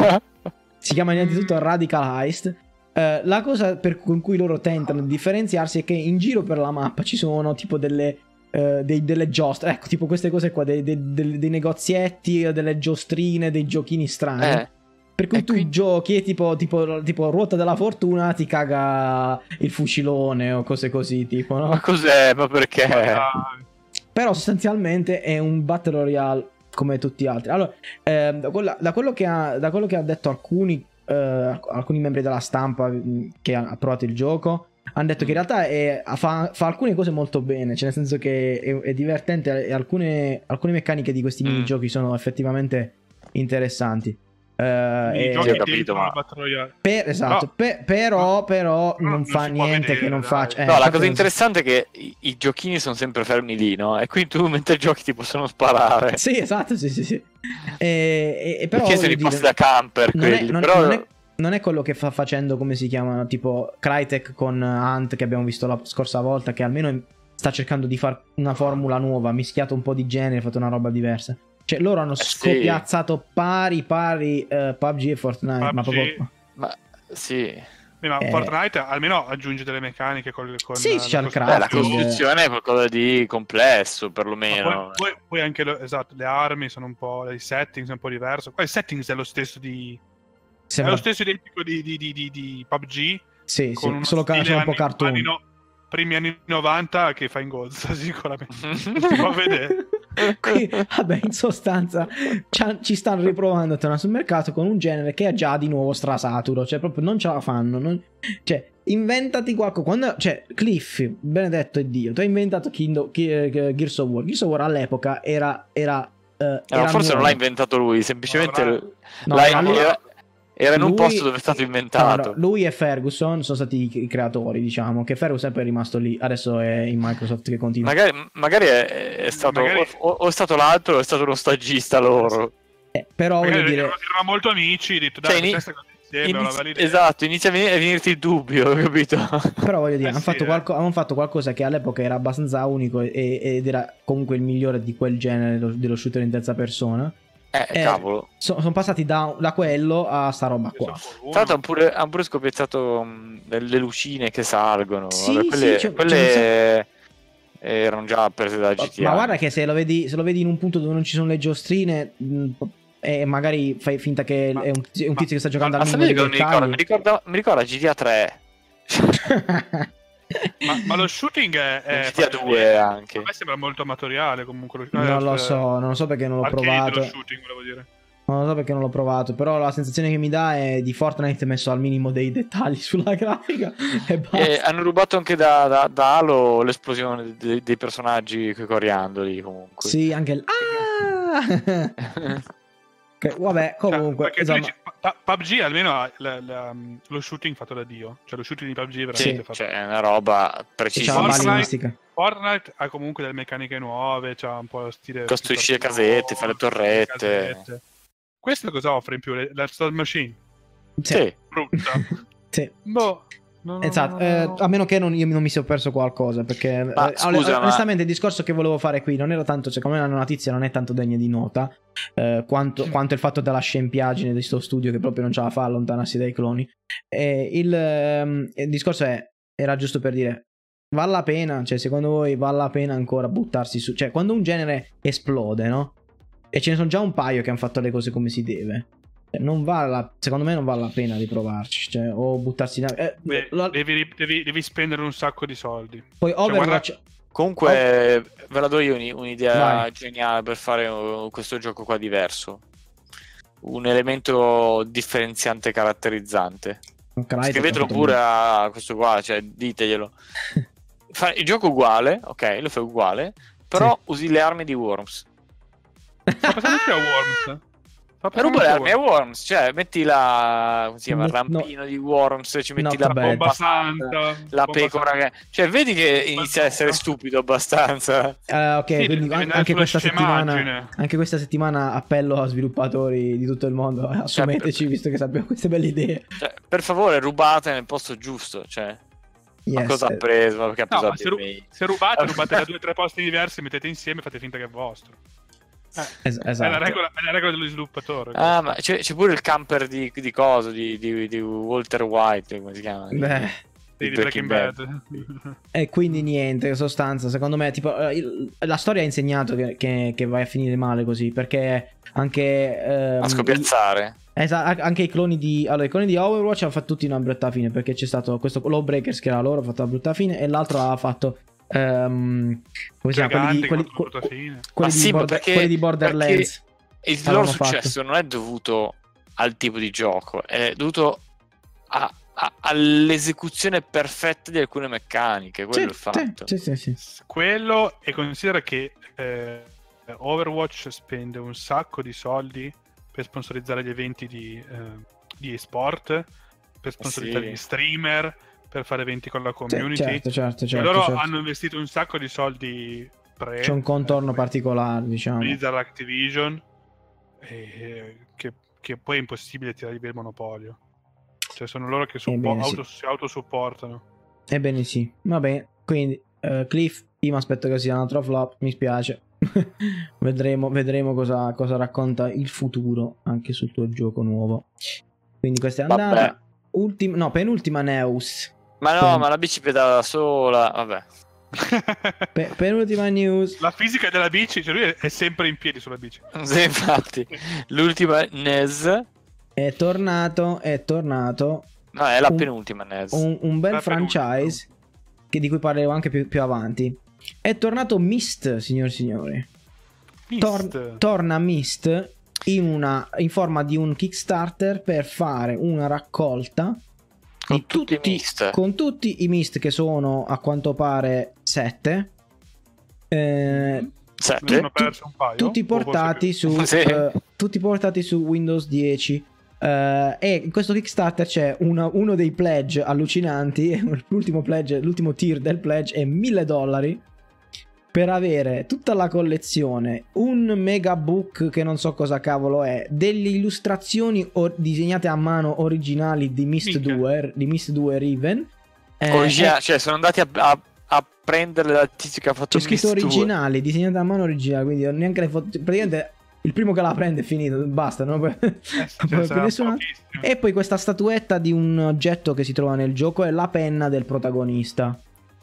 si chiama innanzitutto Radical Heist. Eh, la cosa per, con cui loro tentano di differenziarsi è che in giro per la mappa ci sono tipo delle, eh, dei- delle giostre, ecco, tipo queste cose qua, dei, dei- dei- dei negozietti, delle giostrine, dei giochini strani. Eh, Per cui e tu quindi- giochi e tipo, tipo, tipo ruota della fortuna ti caga il fucilone o cose così, tipo, no? ma cos'è? Ma perché? Ma dai. Però sostanzialmente è un Battle Royale come tutti gli altri. Allora, ehm, da, quella- da quello che ha, da quello che ha detto alcuni, eh, alcuni membri della stampa mh, che hanno provato il gioco, hanno detto che in realtà è- fa, fa alcune cose molto bene, cioè nel senso che è, è divertente e alcune, alcune meccaniche di questi Mm. minigiochi sono effettivamente interessanti. Eh, I e- giochi Sì, ho capito, dentro ma- la Battle Royale. per- esatto, No. pe- però, però No, non, non fa si può niente vedere, che non dai. faccia. eh, No, la infatti cosa non si- interessante è che i, i giochini sono sempre fermi lì, no? E quindi tu mentre giochi ti possono sparare. Sì, esatto, sì, sì, sì. E, e- e però Perché sono voglio i posti dire, da camper non è, quelli, non- però... non è- non è quello che fa facendo, come si chiamano, tipo Crytek con Hunt che abbiamo visto la scorsa volta, che almeno sta cercando di fare una formula nuova, ha mischiato un po' di genere, ha fatto una roba diversa. Cioè loro hanno Eh, sì. scopiazzato pari pari eh, P U B G e Fortnite, P U B G. ma proprio... Ma sì, Sì, ma Eh. Fortnite almeno aggiunge delle meccaniche con, con Sì, c'è il beh, crafting. la costruzione è qualcosa di complesso, Ma perlomeno. poi, poi, poi anche lo- esatto, le armi sono un po', i settings sono un po' diverso. Qua il settings è lo stesso di Sembra... è lo stesso identico di, di, di, di, di P U B G Sì, con sì, uno solo, ca- stile solo un po' anni- cartoon. anni no- primi anni novanta che fa in gozza sicuramente. Si può vedere. Qui, vabbè, in sostanza ci- ci stanno riprovando a tornare sul mercato con un genere che è già di nuovo strasaturo, cioè proprio non ce la fanno, non- cioè inventati qualcosa. Quando, cioè Cliff, benedetto è Dio, tu hai inventato Kindo- Ki- eh, Gears of War. Gears of War all'epoca era era, eh, Eh, era ma forse non nuovo. l'ha inventato lui, semplicemente No, l- No, l'ha- ma lui- era, era in un lui- posto dove è stato no, inventato. no, lui e Ferguson sono stati i i creatori, diciamo, che Ferguson è poi rimasto lì, adesso è in Microsoft che continua. Magari, magari è, è stato Magari- O, o è stato l'altro o è stato lo stagista loro. Eh, però voglio Magari dire, erano, erano molto amici, detto dai, Cioè, ini- questa cosa insieme, Inizi- una bella idea. esatto, inizia a venire- a venirti il dubbio, capito? Però voglio dire, Eh hanno, sì, fatto eh. qualco- hanno fatto qualcosa che all'epoca era abbastanza unico e- ed era comunque il migliore di quel genere dello, dello shooter in terza persona. Eh, Eh, cavolo. Sono passati da, da quello a sta roba qua. Uno. Tra l'altro hanno pure, han pure scopiazzato mh, le lucine che salgono. Sì, Vabbè, quelle sì, c'è- quelle erano già prese da G T A. Ma guarda che se lo, vedi, se lo vedi in un punto dove non ci sono le giostrine mh, e magari fai finta che Ma- è un, è un ma- tizio che sta giocando Ma al sapete minimo cosa dei mi ricorda? Mi dettagli. ricorda, mi ricorda G T A tre. ma, ma lo shooting è, è G T A due anche. A me sembra molto amatoriale comunque lo- Non lo eh, so, non lo so perché non l'ho arcade provato. lo shooting volevo dire. Non lo so perché non l'ho provato, però la sensazione che mi dà è di Fortnite messo al minimo dei dettagli sulla grafica e basta. E hanno rubato anche da, da, da Halo l'esplosione dei, dei personaggi coi coriandoli comunque. Sì, anche il... Ah! Ok, vabbè, comunque, Cioè, perché tu insomma, dici, P- P U B G almeno ha la- la- lo shooting fatto da Dio, cioè lo shooting di P U B G è veramente Sì, fatto. cioè è una roba c'ha precisa. la Fortnite- balistica. Fortnite ha comunque delle meccaniche nuove, c'ha un po' lo stile Costruisci le super casette, nuovo, fai le torrette. casette. Questo cosa offre in più? Le- La slot machine Sì, Sì. brutta. sì. boh. No, no, Esatto, no, no, eh, no. a meno che non, io non mi sia perso qualcosa, perché Ma, eh, scusa, ma- onestamente il discorso che volevo fare qui non era tanto, secondo me la notizia non è tanto degna di nota, eh, quanto, Mm. quanto il fatto della scempiaggine di sto studio che proprio non ce la fa a allontanarsi dai cloni. Eh, il, ehm, il discorso è, era giusto per dire, vale la pena, cioè secondo voi vale la pena ancora buttarsi su, cioè quando un genere esplode, no? E ce ne sono già un paio che hanno fatto le cose come si deve. Non vale la, secondo me non vale la pena di provarci, cioè, o buttarsi in... eh, Beh, la... devi, devi, devi spendere un sacco di soldi. Poi Overwatch... Cioè, Comunque oh. ve la do io un'idea Vai. geniale per fare uh, questo gioco qua diverso. Un elemento differenziante caratterizzante. Scrivetelo pure bene. A questo qua, cioè diteglielo. Fa il gioco uguale, ok, lo fai uguale, però sì. usi le armi di Worms. Sta passando più a Worms. Per rubo le armi a Worms, cioè metti la come si chiama, il no. rampino di Worms, ci metti no, la bomba, bomba santa, la bomba pecora santa. Che... cioè vedi che inizia a essere stupido abbastanza. Uh, ok, sì, quindi anche, anche questa scemaggine. settimana anche questa settimina appello a sviluppatori di tutto il mondo, assumeteci, cioè, visto che abbiamo queste belle idee. Cioè, per favore rubate nel posto giusto, cioè yes. Ma cosa ha preso? Ma perché ha preso no, se, ru- se rubate, rubate da due o tre posti diversi, mettete insieme e fate finta che è vostro. Eh, es- esatto. È la regola, è la regola dello sviluppatore. Ah, ma c'è, c'è pure il camper di, di coso, di, di, di Walter White, come si chiama? Beh, di, di Breaking Bad. Bad. E quindi niente, in sostanza, secondo me, tipo, la storia ha insegnato che, che, che vai a finire male così, perché anche... Ehm, a scopiazzare. Esatto, anche i cloni di... Allora, i cloni di Overwatch hanno fatto tutti una brutta fine, perché c'è stato questo Lawbreakers che era loro, ha fatto una brutta fine, e l'altro ha fatto... Um, come si chiama? Quelli di, quelli, quelli, quelli sì, di, border, quelli di Borderlands. Il loro successo fatto. non è dovuto al tipo di gioco, è dovuto a, a, all'esecuzione perfetta di alcune meccaniche. Quello sì, è fatto. Sì, sì, sì, sì. Quello, e considera che eh, Overwatch spende un sacco di soldi per sponsorizzare gli eventi di, eh, di esport, per sponsorizzare sì. gli streamer, per fare eventi con la community. Sì, certo, certo, certo, e loro certo. hanno investito un sacco di soldi pre. C'è un contorno eh, particolare, diciamo. Blizzard Activision, eh, che, che poi è impossibile tirare via il monopolio. Cioè sono loro che suppo- Ebbene, auto, sì. si autosupportano. Ebbene sì, va bene. Quindi uh, Cliff, io mi aspetto che sia un altro flop, mi spiace. vedremo vedremo cosa, cosa racconta il futuro anche sul tuo gioco nuovo. Quindi questa è andata. Vabbè. Ultima, no, penultima news. Ma no, Pen... ma la bici pedala da sola, vabbè. Pe- penultima news. La fisica della bici, cioè lui è sempre in piedi sulla bici. Sì, infatti. L'ultima N E S è tornato, è tornato. No, è la un, penultima N E S. Un, un bel la franchise che, di cui parlerò anche più, più avanti. È tornato Myst, signori e signori. Myst. Tor- torna Myst in, una, in forma di un Kickstarter per fare una raccolta con di tutti, tutti, i Myst. con tutti i Myst, che sono a quanto pare sette. Eh, sette? Tu, perso un paio, tutti portati su sì. uh, tutti portati su Windows dieci. Uh, e in questo Kickstarter c'è una, uno dei pledge allucinanti. L'ultimo pledge, l'ultimo tier del pledge è mille dollari per avere tutta la collezione, un megabook che non so cosa cavolo è, delle illustrazioni or- disegnate a mano originali di Myst due, di Myst due Riven. Eh, Origina- eh, cioè sono andati a, a, a prendere dal tizio che ha fatto Myst due. C'è scritto originali, disegnate a mano originali, quindi neanche le foto, praticamente il primo che la prende è finito, basta, no? Eh, cioè, Nessuna... E poi questa statuetta di un oggetto che si trova nel gioco è la penna del protagonista.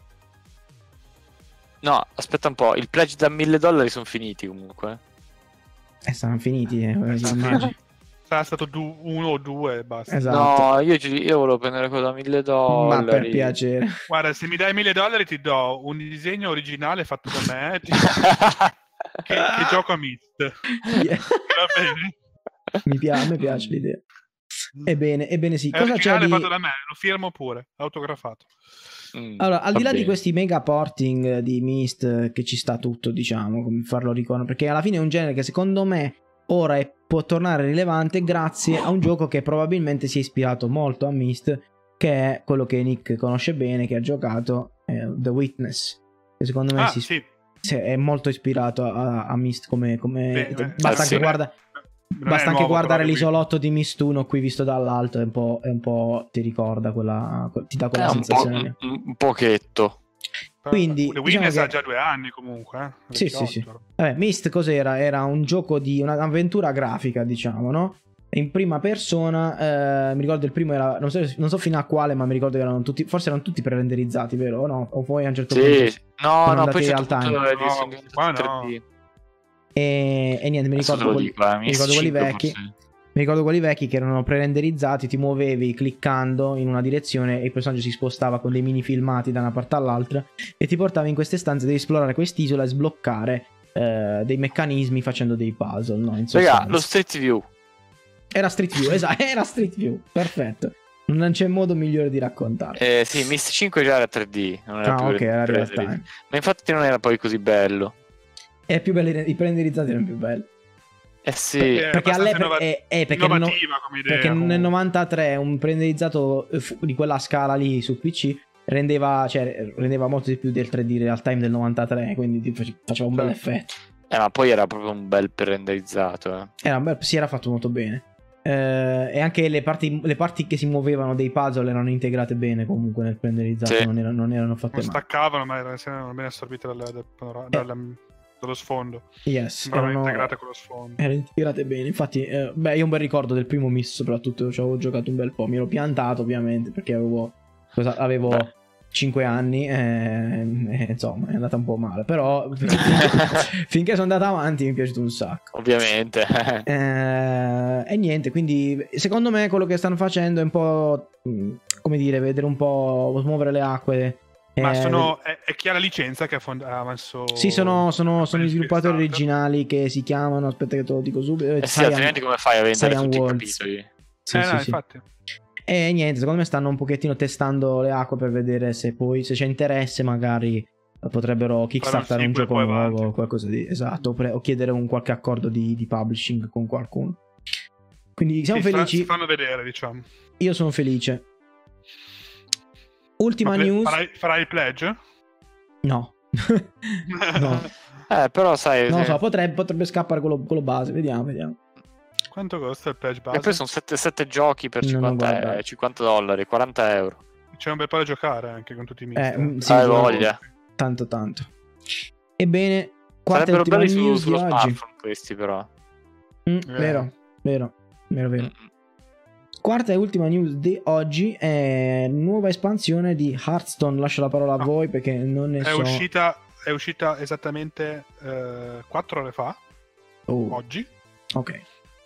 No, aspetta un po', il pledge da mille dollari sono finiti comunque. Eh, saranno finiti, eh, sarà stato du- uno o due e basta. Esatto. No, io, io volevo prendere quello da mille dollari. Ma per piacere. Guarda, se mi dai mille dollari ti do un disegno originale fatto da me ti... che, che gioco a Myst. Yeah. Va bene? Mi piace, mi piace l'idea. Ebbene, ebbene sì. È cosa c'è di... fatto da me, lo firmo pure, autografato. Mm, allora, al di là bene. di questi mega porting di Myst, che ci sta tutto, diciamo, come farlo riconoscere, perché alla fine è un genere che secondo me ora è, può tornare rilevante grazie a un gioco che probabilmente si è ispirato molto a Myst, che è quello che Nick conosce bene, che ha giocato, eh, The Witness, che secondo me ah, si, sì. si è molto ispirato a, a Myst come... come beh, beh, basta eh, anche sì. guarda... Basta anche nuovo, guardare l'isolotto di Myst uno qui visto dall'alto, è un po', è un po' ti ricorda quella, ti dà quella è sensazione. Un, po', un pochetto. Quindi The Witness diciamo ha già due anni comunque. Eh? Sì, sì, sì. Vabbè, Myst cos'era? Era un gioco di un'avventura grafica, diciamo, no? in prima persona. Eh, mi ricordo il primo era, non so, non so fino a quale, ma mi ricordo che erano tutti, forse erano tutti pre-renderizzati, vero? O no? O poi a un certo Sì, punto no, sono no, poi andati c'è al time. No, qua no. E, e niente, mi Adesso te ricordo, lo quelli, dico, eh, mi ricordo quelli M S cinque vecchi. forse. Mi ricordo quelli vecchi che erano pre-renderizzati, ti muovevi cliccando in una direzione e il personaggio si spostava con dei mini filmati da una parte all'altra e ti portava in queste stanze, devi esplorare quest'isola e sbloccare eh, dei meccanismi facendo dei puzzle, no? In Raga, sostanza. lo Street View. Era Street View, esatto, era Street View, perfetto. Non c'è modo migliore di raccontarlo. Eh, sì, M S cinque già era tre D, non era Ah, più ok, era real renderizzato. time. Ma infatti non era poi così bello. È più bello, i pre-renderizzati erano più belli. Eh sì, Perché- Perché, abbastanza all'epoca innova- è, è perché, no- innovativa come idea, perché comunque. nel novantatré un pre-renderizzato eh, fu- di quella scala lì su P C rendeva, cioè, rendeva molto di più del tre D real time del novantatré, quindi ti face- faceva un bel Certo. effetto. eh, ma poi era proprio un bel pre-renderizzato. Eh. Era un bel, si era fatto molto bene. Eh, e anche le parti, le parti che si muovevano dei puzzle erano integrate bene comunque nel pre-renderizzato, Sì. non, erano, non erano fatte Non male. staccavano, ma erano, erano ben assorbite dal, dal panorama- dal- dallo sfondo. Yes, Sembrava erano, integrate con lo sfondo. erano integrate bene. Infatti, eh, beh, io ho un bel ricordo del primo miss, soprattutto ci avevo giocato un bel po'. Mi ero piantato ovviamente perché avevo, cosa, avevo Beh. cinque anni e, e, insomma è andata un po' male. Però finché, finché sono andata avanti mi è piaciuto un sacco. Ovviamente. Eh, e niente, quindi secondo me quello che stanno facendo è un po', mh, come dire, vedere un po', smuovere le acque. Ma Eh, sono, è, è chi ha la licenza che ha, fond- ha messo... Sì, sono, sono, sono gli sviluppatori Kickstarter. originali che si chiamano, aspetta che te lo dico subito. Eh sì, Cyan- altrimenti come fai a vendere Cyan tutti Worlds. i capitoli? Sì, eh sì, no, sì. infatti. E niente, secondo me stanno un pochettino testando le acque per vedere se poi, se c'è interesse, magari potrebbero kickstartare un sequel gioco poi nuovo avanti. o qualcosa di esatto, oppure- o chiedere un qualche accordo di, di publishing con qualcuno. Quindi siamo Sì, si fa- felici. si fanno vedere, diciamo. Io sono felice. Ultima Ma ple- news. Farai, farai il pledge? No. No. Eh, però sai... Non lo se- so, potrebbe, potrebbe scappare quello, quello base. Vediamo, vediamo. Quanto costa il pledge E base? poi sono sette giochi per Non ho cinquanta, guardato. eh, cinquanta dollari, quaranta euro. C'è un bel po' da giocare anche con tutti i mix. Eh, mm, sì, Hai sì, voglia. Tanto, tanto. Ebbene, quarta e Sarebbero ultima belli su, news sullo di oggi. smartphone questi però. Mm, Eh. Vero, vero, vero, vero. Mm. Quarta e ultima news di oggi è nuova espansione di Hearthstone. Lascio la parola a Ah. voi perché non ne È so. uscita, è uscita esattamente quattro ore fa, Oh, oggi. ok.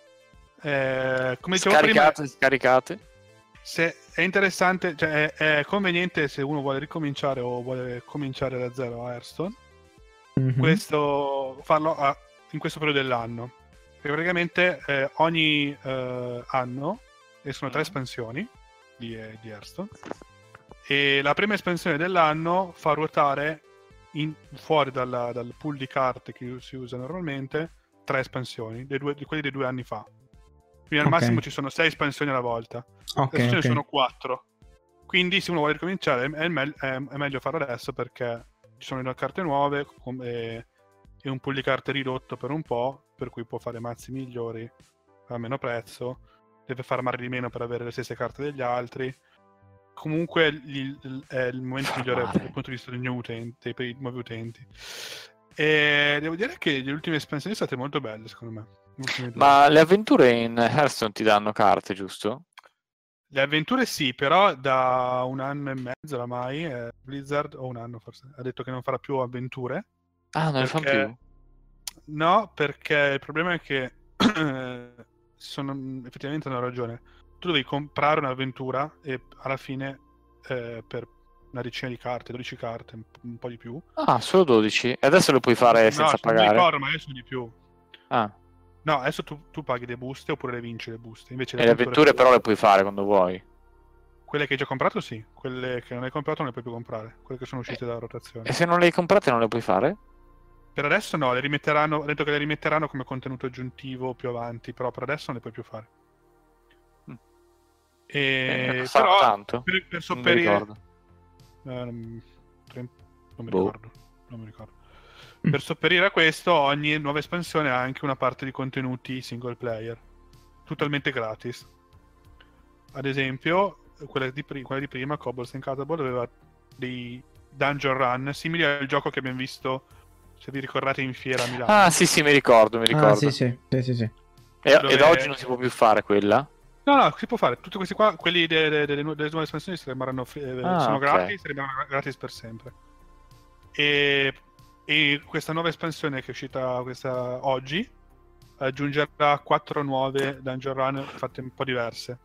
Eh, come dicevo prima, Scaricate, scaricate. se è interessante, cioè è, è conveniente se uno vuole ricominciare o vuole cominciare da zero a Hearthstone, Mhm. questo, farlo a- in questo periodo dell'anno. Perché praticamente eh, ogni eh, anno escono tre Mm. espansioni di, eh, di Hearthstone e la prima espansione dell'anno fa ruotare in- fuori dalla- dal pool di carte che si usa normalmente tre espansioni, dei due- di quelli dei due anni fa. Quindi al Ok. massimo ci sono sei espansioni alla volta. Ok, Adesso ce ne ok. sono quattro. Quindi se uno vuole ricominciare è, il mel- è- è meglio farlo adesso perché ci sono le carte nuove com- e, e un pool di carte ridotto per un po', per cui può fare mazzi migliori a meno prezzo, deve farmare di meno per avere le stesse carte degli altri. Comunque gli- il- è il momento migliore Farmare. dal punto di vista dei nuovi utenti, per i nuovi utenti. E devo dire che le ultime espansioni sono state molto belle, secondo me. Le ultime due. Ma le avventure in Hearthstone ti danno carte, giusto? Le avventure sì, però da un anno e mezzo oramai eh, Blizzard, o un anno forse, ha detto che non farà più avventure. Ah, non le fanno Perché- più? No, perché il problema è che sono, effettivamente hanno ragione. Tu devi comprare un'avventura e alla fine eh, per una decina di carte, dodici carte, un, un po' di più. Ah, solo dodici? E adesso lo puoi fare No, senza non mi pagare? ricordo, ma adesso di più. Ah, No, adesso tu, tu paghi le buste oppure le vinci le buste. Invece e le avventure però le puoi fare quando vuoi. Quelle che hai già comprato sì, quelle che non hai comprato non le puoi più comprare, quelle che sono uscite dalla rotazione. E se non le hai comprate non le puoi fare? Per adesso no, le rimetteranno, ho detto che le rimetteranno come contenuto aggiuntivo più avanti, però per adesso non le puoi più fare. Mm. E, Eh, costano però tanto? per, per Non mi sopperire... ricordo. Eh, non, tre- non mi Boh. ricordo, non mi ricordo. Mm. Per sopperire a questo, ogni nuova espansione ha anche una parte di contenuti single player, totalmente gratis. Ad esempio, quella di, pri- quella di prima, Cobblestone Catapult, aveva dei dungeon run simili al gioco che abbiamo visto, se vi ricordate, in fiera a Milano. Ah, sì, sì, mi ricordo, mi ricordo. Ah, sì, sì, sì, sì, sì. Che E, dove... e da oggi non si può più fare quella? No, no, si può fare. Tutti questi qua, quelli delle, delle, delle nuove espansioni rimarranno eh, Ah, sono ok. gratis, rimarranno gratis per sempre. E, e questa nuova espansione che è uscita questa oggi aggiungerà quattro nuove dungeon run fatte un po' diverse.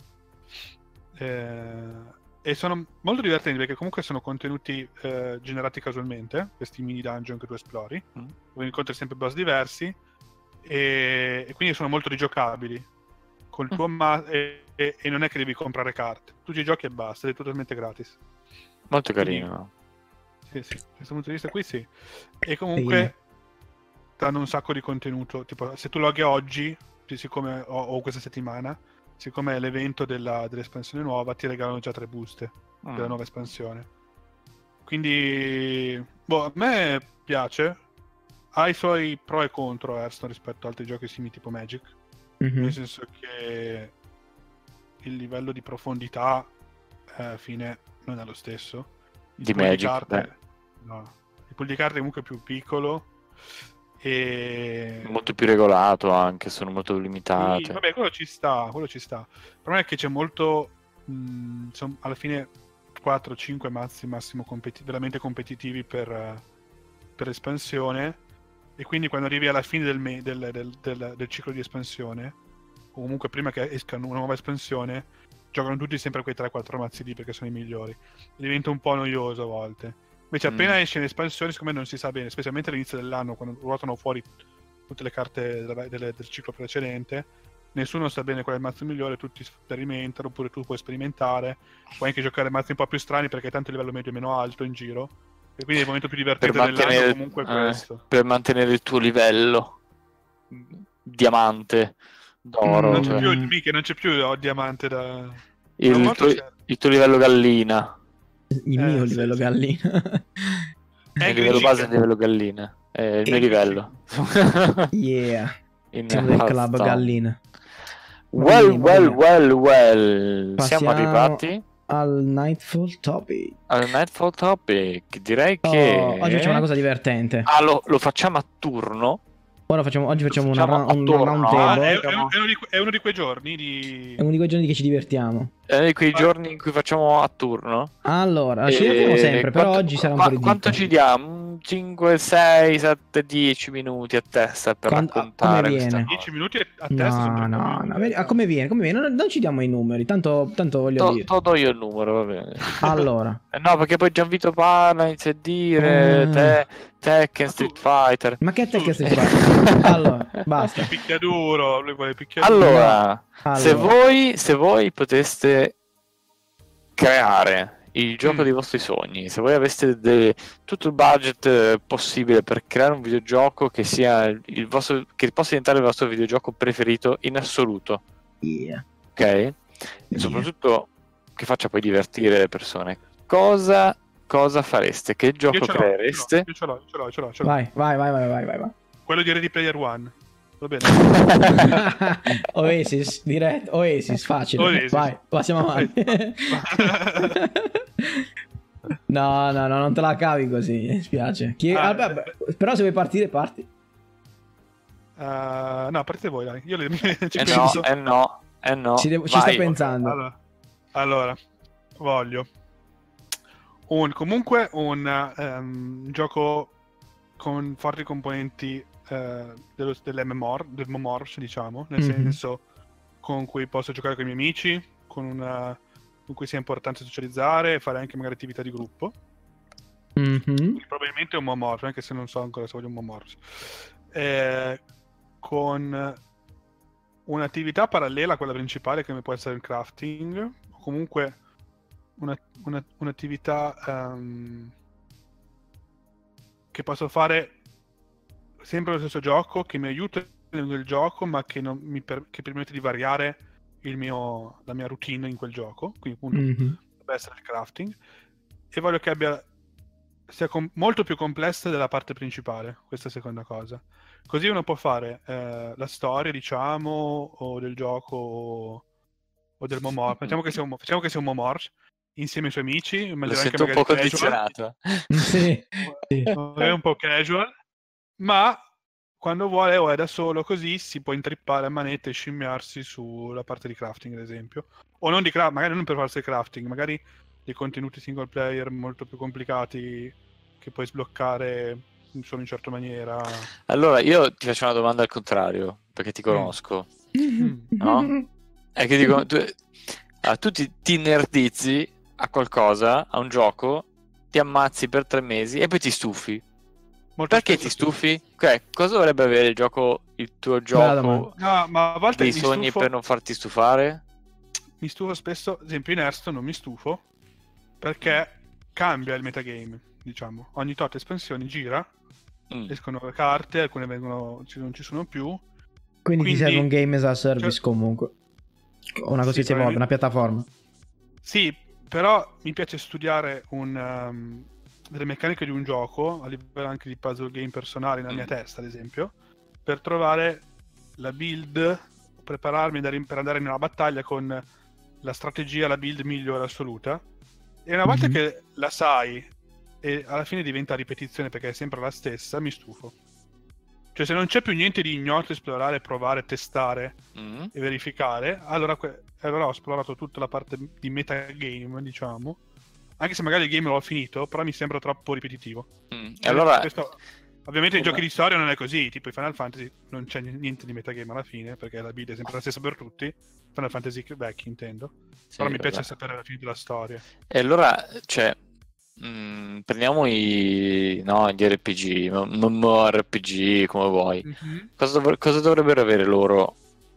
Eh, e sono molto divertenti perché comunque sono contenuti eh, generati casualmente, questi mini dungeon che tu esplori, Mm. dove incontri sempre boss diversi e, e quindi sono molto rigiocabili col tuo ma- e, e- e non è che devi comprare carte, tu ci giochi e basta, è totalmente gratis. Molto Quindi- carino. Sì, sì, da questo punto di vista qui sì. E comunque danno un sacco di contenuto, tipo se tu loghi oggi, siccome o, o questa settimana, siccome è l'evento della- dell'espansione nuova, ti regalano già tre buste Mm. della nuova espansione. Quindi, boh, a me piace. Ha i suoi pro e contro Hearthstone rispetto ad altri giochi simili tipo Magic. Mhm. Nel senso che il livello di profondità eh, alla fine non è lo stesso. Il Di pool Magic, carte, beh. no. Il pool di carte è comunque più piccolo e Molto più regolato anche, sono molto limitate. sì, vabbè, quello ci sta, quello ci sta. Il problema è che c'è molto mh, sono alla fine quattro cinque mazzi massimo competi- veramente competitivi per, eh, per espansione, e quindi quando arrivi alla fine del, me- del- del- del- del ciclo di espansione, o comunque prima che esca una nuova espansione, giocano tutti sempre quei tre quattro mazzi lì perché sono i migliori. Diventa un po' noioso a volte. Invece Mm. appena esce l'espansione, siccome non si sa bene, specialmente all'inizio dell'anno, quando ruotano fuori tutte le carte della- delle- del ciclo precedente, nessuno sa bene qual è il mazzo migliore, tutti sperimentano, oppure tu puoi sperimentare, puoi anche giocare mazzi un po' più strani perché tanto il livello medio è meno alto in giro, e quindi il momento più Per divertente dell'anno mantenere, comunque è eh, questo. per mantenere il tuo livello diamante d'oro, Non Mm. c'è cioè, più, mica, non c'è più oh, diamante da... Una il, volta tuo, c'era. il tuo livello gallina. Il Eh, mio sì, livello sì. gallina. È Il livello Green base è il Chicken. livello gallina. È il mio Angry livello. Yeah. In Siamo del club Hearthstone. gallina. Va Well, bene, va well, bene. well, well. Siamo Passiamo arrivati al Nightfall Topic. al Nightfall Topic. Direi Oh, che oggi facciamo una cosa divertente. Ah, lo, lo facciamo a turno. Ora facciamo, oggi facciamo una Facciamo ra- un attorno, round Ah, table. è, è un- è uno di, que- è uno di quei giorni di... È uno di quei giorni che ci divertiamo. È di quei Vai. giorni in cui facciamo a turno. Allora, ci E divertiamo sempre, però quanto- oggi sarà un qua- po' Quanto ridicolo. ci diamo? cinque, sei, sette, dieci minuti a testa per Quando- raccontare come questa viene? cosa. dieci minuti a testa No, sono no, tranquilli. no, vedi- ah, come viene? Come viene? Non, non ci diamo i numeri, tanto, tanto voglio To, dire. to do io il numero, va bene. Allora, Eh no, perché poi Gianvito parla, inizia a dire Mm. te, Tekken, Street Fighter. ma che te che stai Sì. facendo? Allora, basta. Il picchiaduro, lui vuole il picchiaduro. Allora, Allora. se voi se voi poteste creare il gioco Mm. dei vostri sogni, se voi aveste de- tutto il budget eh, possibile per creare un videogioco che sia il vostro, che possa diventare il vostro videogioco preferito in assoluto, Yeah. ok? E soprattutto che faccia poi divertire le persone. Cosa, cosa fareste? Che Io gioco ce l'ho, creereste? Io ce l'ho, ce l'ho, ce l'ho, ce l'ho. Vai, vai, vai, vai, vai, vai, vai. Quello di Ready Player One. Va bene. Oasis, diretto, Oasis, facile. Oasis. Vai, passiamo avanti. No, no, no, non te la cavi così, mi spiace. Chi- Ah, ah, vabbè, però se vuoi partire, parti. Uh, no, partite voi, dai. Io le mie ci Eh no, penso. eh no, eh no. Ci, devo- ci sta Vai. pensando. Allora, allora, voglio un, comunque un ehm, gioco con forti componenti eh, dello, dell'M M O R, del M M O R, diciamo, nel Mhm. senso con cui posso giocare con i miei amici, con, una, con cui sia importante socializzare e fare anche magari attività di gruppo. Mhm. Quindi probabilmente un Momor, anche se non so ancora se voglio un Momor. Eh, con un'attività parallela a quella principale, che può essere il crafting, o comunque una, una, un'attività ehm, che posso fare sempre lo stesso gioco, che mi aiuta nel gioco, ma che, non mi per, che permette di variare il mio, la mia routine in quel gioco. Quindi appunto Mhm. deve essere il crafting. E voglio che abbia sia com- molto più complessa della parte principale, questa seconda cosa. Così uno può fare eh, la storia, diciamo, o del gioco o, o del Momor. Facciamo che sia un, facciamo che sia un Momor insieme ai suoi amici. Lo immagino sento un anche po' magari casual. condizionato. Sì, sì. Magari un po' casual, ma quando vuole o è da solo così si può intrippare a manette e scimmiarsi sulla parte di crafting, ad esempio. O non di crafting, magari non per farsi il crafting, magari dei contenuti single player molto più complicati che puoi sbloccare solo in certa maniera. Allora, io ti faccio una domanda al contrario, perché ti conosco, Mm. no? È che dico, tu, ah, tu ti, ti nerdizzi a qualcosa, a un gioco, ti ammazzi per tre mesi e poi ti stufi. Molto Perché spesso ti sì. stufi? Ok, cosa dovrebbe avere il gioco, il tuo domanda. gioco No, ma a volte dei mi sogni stufo, per non farti stufare? mi stufo spesso, ad esempio in Hearthstone non mi stufo, perché cambia il metagame, diciamo. Ogni tot espansioni gira, Mm. escono le carte, alcune vengono, ci- non ci sono più. Quindi, Quindi- ti serve un game as a service cioè- comunque. Una così Sì, si evolve, una piattaforma. Sì, però mi piace studiare un, um, delle meccaniche di un gioco, a livello anche di puzzle game personali nella mia Mm. testa, ad esempio, per trovare la build, prepararmi da- per andare in una battaglia con la strategia, la build migliore assoluta. E una volta Mhm. che la sai e alla fine diventa ripetizione perché è sempre la stessa, mi stufo. Cioè se non c'è più niente di ignoto, esplorare, provare, testare Mm. e verificare, allora, que- allora ho esplorato tutta la parte di metagame, diciamo. Anche se magari il game l'ho finito, però mi sembra troppo ripetitivo. Mm. Cioè, Allora, questo- ovviamente nei come- giochi di storia non è così, tipo i Final Fantasy non c'è niente di metagame alla fine, perché la build è sempre la stessa per tutti. Final Fantasy vecchi, intendo. sì, Però mi vabbè. piace sapere la fine della storia. E allora, cioè, mm, prendiamo i, no, gli R P G, M M O R P G, come vuoi. Mhm. Cosa, dov- cosa dovrebbero avere loro?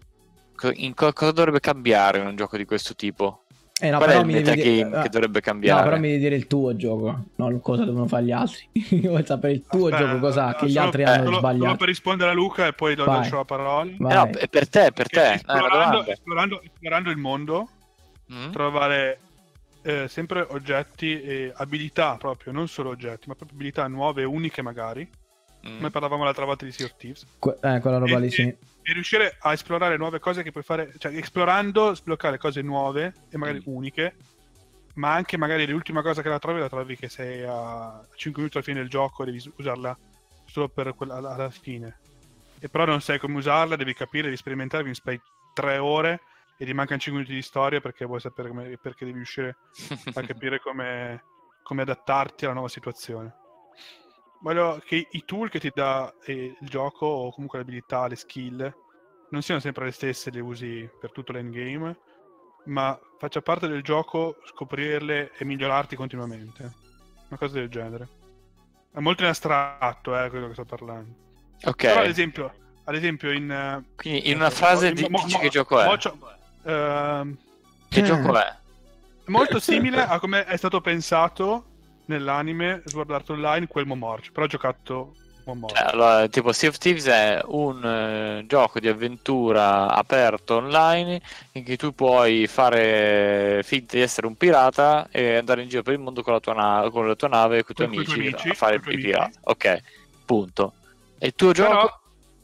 Co- in co- cosa dovrebbe cambiare in un gioco di questo tipo? Eh no, Qual è però il mi devi dire- metagame eh, che dovrebbe No, cambiare? però mi devi dire il tuo gioco, non cosa devono fare gli altri. Io voglio sapere il tuo Aspetta, gioco, cosa che gli solo- altri eh, hanno solo, solo sbagliato. per rispondere a Luca e poi do- Vai. lascio la parola. Eh Vai. no, è per te, per Che te. No, è una esplorando, domanda. esplorando, esplorando il mondo, Mm? trovare eh, sempre oggetti e abilità proprio, non solo oggetti, ma proprio abilità nuove e uniche magari, Mm. come parlavamo l'altra volta di Sea of Thieves. Que- eh, quella roba E, lì, sì. e- e riuscire a esplorare nuove cose che puoi fare, cioè esplorando, sbloccare cose nuove e magari Mm. uniche, ma anche magari l'ultima cosa che la trovi, la trovi che sei a cinque minuti alla fine del gioco e devi usarla solo per quella alla, alla fine. E però non sai come usarla, devi capire, devi sperimentare, quindi stai tre ore e ti mancano cinque minuti di storia perché vuoi sapere come, perché devi riuscire a capire come, come adattarti alla nuova situazione. Voglio che i tool che ti dà eh, il gioco, o comunque le abilità, le skill, non siano sempre le stesse, le usi per tutto l'endgame, ma faccia parte del gioco scoprirle e migliorarti continuamente. Una cosa del genere. È molto in astratto, eh, quello che sto parlando. Ok, Però ad esempio, ad esempio in... eh, quindi in una frase di, mo- dici mo- che gioco è? Mocho- ehm, Che Eh. gioco è? molto simile a come è stato pensato nell'anime Sword Art Online quel Momorch, però ho giocato Momorch. Cioè, allora, tipo Sea of Thieves è un eh, gioco di avventura aperto online in cui tu puoi fare finta di essere un pirata e andare in giro per il mondo con la tua, na- con la tua nave e con i tuoi Con- coi tuoi amici, amici, a fare il coi tuoi pirata. Ok, punto. E il tuo Però gioco?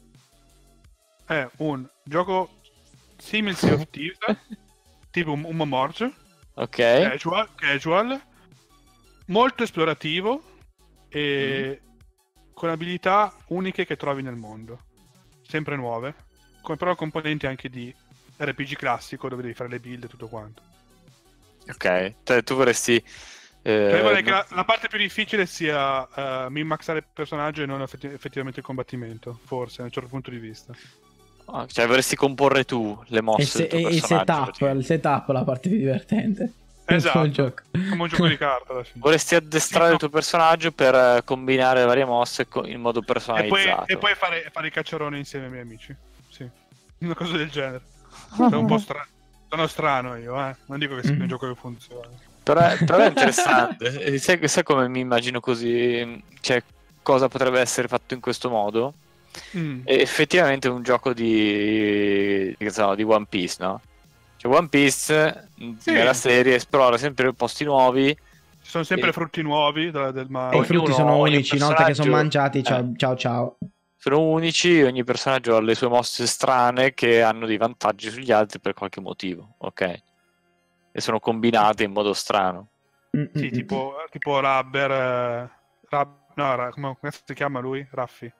è un gioco simile Sea of Thieves, tipo un, un Momorch, Ok, casual, casual, molto esplorativo e con abilità uniche che trovi nel mondo, sempre nuove, con però componenti anche di R P G classico dove devi fare le build e tutto quanto. ok. Cioè, tu vorresti... eh, Cioè, vorrei che la, la parte più difficile sia uh, min-maxare il personaggio e non effetti- effettivamente il combattimento, forse, da un certo punto di vista. ah, cioè, vorresti comporre tu le E mosse se- del tuo e il personaggio. setup, praticamente. il setup è la parte più divertente. Esatto, Del gioco. come un gioco di carta alla fine. Vorresti addestrare il tuo personaggio per eh, combinare le varie mosse co- in modo E poi, personalizzato. e poi fare, fare i cacciaroni insieme ai miei amici. Sì, una cosa del genere. Sono un po' strano. Sono strano io, eh. Non dico che sia un Mm. gioco che funziona. Però, è, però è interessante. E sai, sai come mi immagino così? Cioè, cosa potrebbe essere fatto in questo modo? Mm. È effettivamente un gioco di, di, so, di One Piece, no? Cioè, One Piece mh, Sì. nella serie esplora sempre posti nuovi. Ci sono sempre E- frutti nuovi da- del E mare. i frutti ognuno- sono ogni unici, una volta che sono personaggio- mangiati, ciao eh. ciao ciao. Sono unici, ogni personaggio ha le sue mosse strane che hanno dei vantaggi sugli altri per qualche motivo, ok? E sono combinate in modo strano. Mm, Sì, mm, tipo, tipo Rubber. eh, Rab- no, Ra- come, come si chiama lui? Raffi.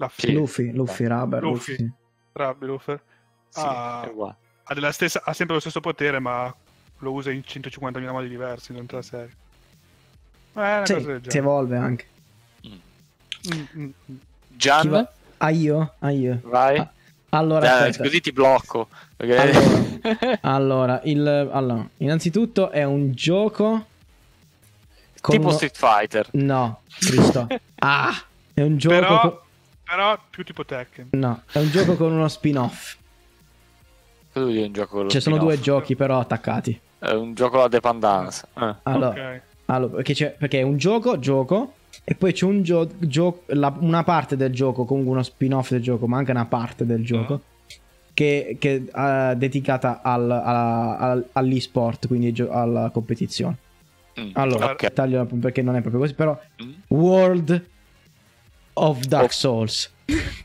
La Sì. Luffy, Luffy, Rubber, Luffy. Luffy. Rabbi Luffy. Sì, Ah, è uguale. ha, della stessa, ha sempre lo stesso potere, ma lo usa in centocinquantamila modi diversi durante la serie. Eh, è una Sì, cosa del si genere. evolve anche. Mm. Mm, mm, mm. Gian, Chi va- Ah, io? Ah, io. vai. Ah, allora, Dai, aspetta. così ti blocco. perché- Allora, allora, il, allora, innanzitutto è un gioco con tipo uno- Street Fighter. No, Cristo. Ah, è un gioco Però, co- però più tipo Tekken. No, è un gioco con uno spin-off. Cosa vuol dire un gioco con lo Ci sono due spin-off? giochi però attaccati. È un gioco alla dependance. Eh. Allora, Ok. allora, perché, c'è, perché è un gioco, gioco, e poi c'è un gio- gio- la- una parte del gioco, comunque uno spin-off del gioco, ma anche una parte del gioco, che, che è dedicata al, alla- al- all'e-sport, quindi gio- alla competizione. Mm, Allora, ok. taglio perché non è proprio così, però Mm. World of Dark Oh. Souls.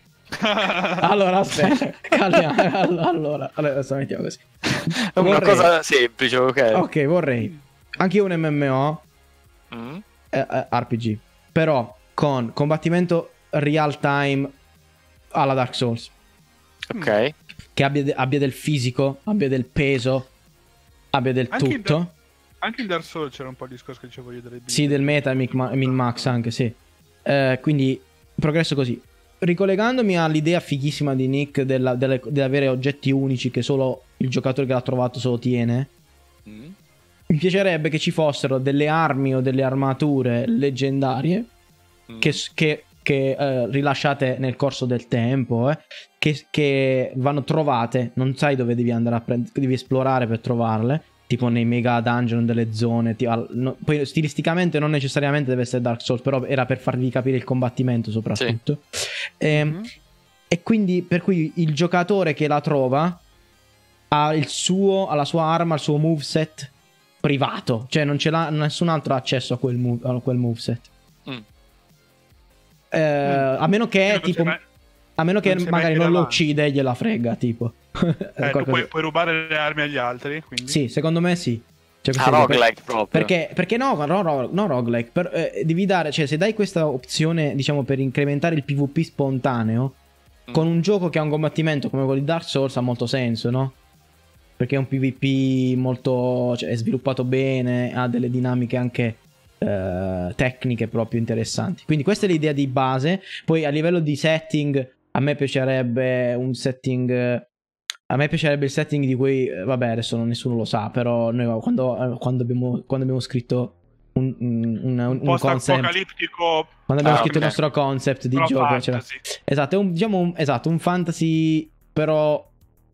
Allora, aspetta, calmiamo. Allora, allora, adesso mettiamo così. È una Vorrei- cosa semplice, ok? Ok, vorrei anche io un M M O Mm. eh, eh, R P G, però con combattimento real time alla Dark Souls, Ok. che abbia, de- abbia del fisico, abbia del peso, abbia del Anche in tutto. Dark- Anche in Dark Souls c'era un po' il discorso che dicevo io delle build. Sì, del meta min, min max anche, sì. Eh, quindi progresso così. Ricollegandomi all'idea fighissima di Nick della, delle- dell'avere oggetti unici che solo il giocatore che l'ha trovato se lo tiene, Mm. mi piacerebbe che ci fossero delle armi o delle armature leggendarie Mm. che, che- che, eh, rilasciate nel corso del tempo, eh, che, che vanno trovate, non sai dove devi andare a prendere, devi esplorare per trovarle, tipo nei mega dungeon delle zone, ti- al- no- poi stilisticamente non necessariamente deve essere Dark Souls, però era per farvi capire il combattimento soprattutto. Ehm, Mhm. E quindi per cui il giocatore che la trova ha il suo, ha la sua arma, il suo moveset privato, cioè non ce l'ha nessun altro ha accesso a quel, move, a quel moveset. Mm. Eh, a meno che Non tipo sei mai- a meno che non sei mai magari non lo davanti. uccide e gliela frega tipo. Eh, tu Qualcosa- puoi, puoi rubare le armi agli altri, quindi. sì, secondo me sì. Cioè, Ah, questo è- roguelike proprio. perché, perché no, no, no, no roguelike, per- eh, devi dare, cioè se dai questa opzione, diciamo, per incrementare il PvP spontaneo, Mm. con un gioco che ha un combattimento come quello di Dark Souls ha molto senso, no? Perché è un PvP molto, cioè, è sviluppato bene, ha delle dinamiche anche eh, tecniche proprio interessanti. Quindi questa è l'idea di base. Poi a livello di setting, a me piacerebbe un setting... eh, A me piacerebbe il setting di cui, eh, vabbè, adesso non- nessuno lo sa, però noi quando, eh, quando, abbiamo, quando abbiamo scritto un, un, un, un concept, Post-apocalittico. quando abbiamo Ah, scritto ok. il nostro concept di però gioco, c'era- fantasy. esatto, è un, diciamo un, esatto, un fantasy però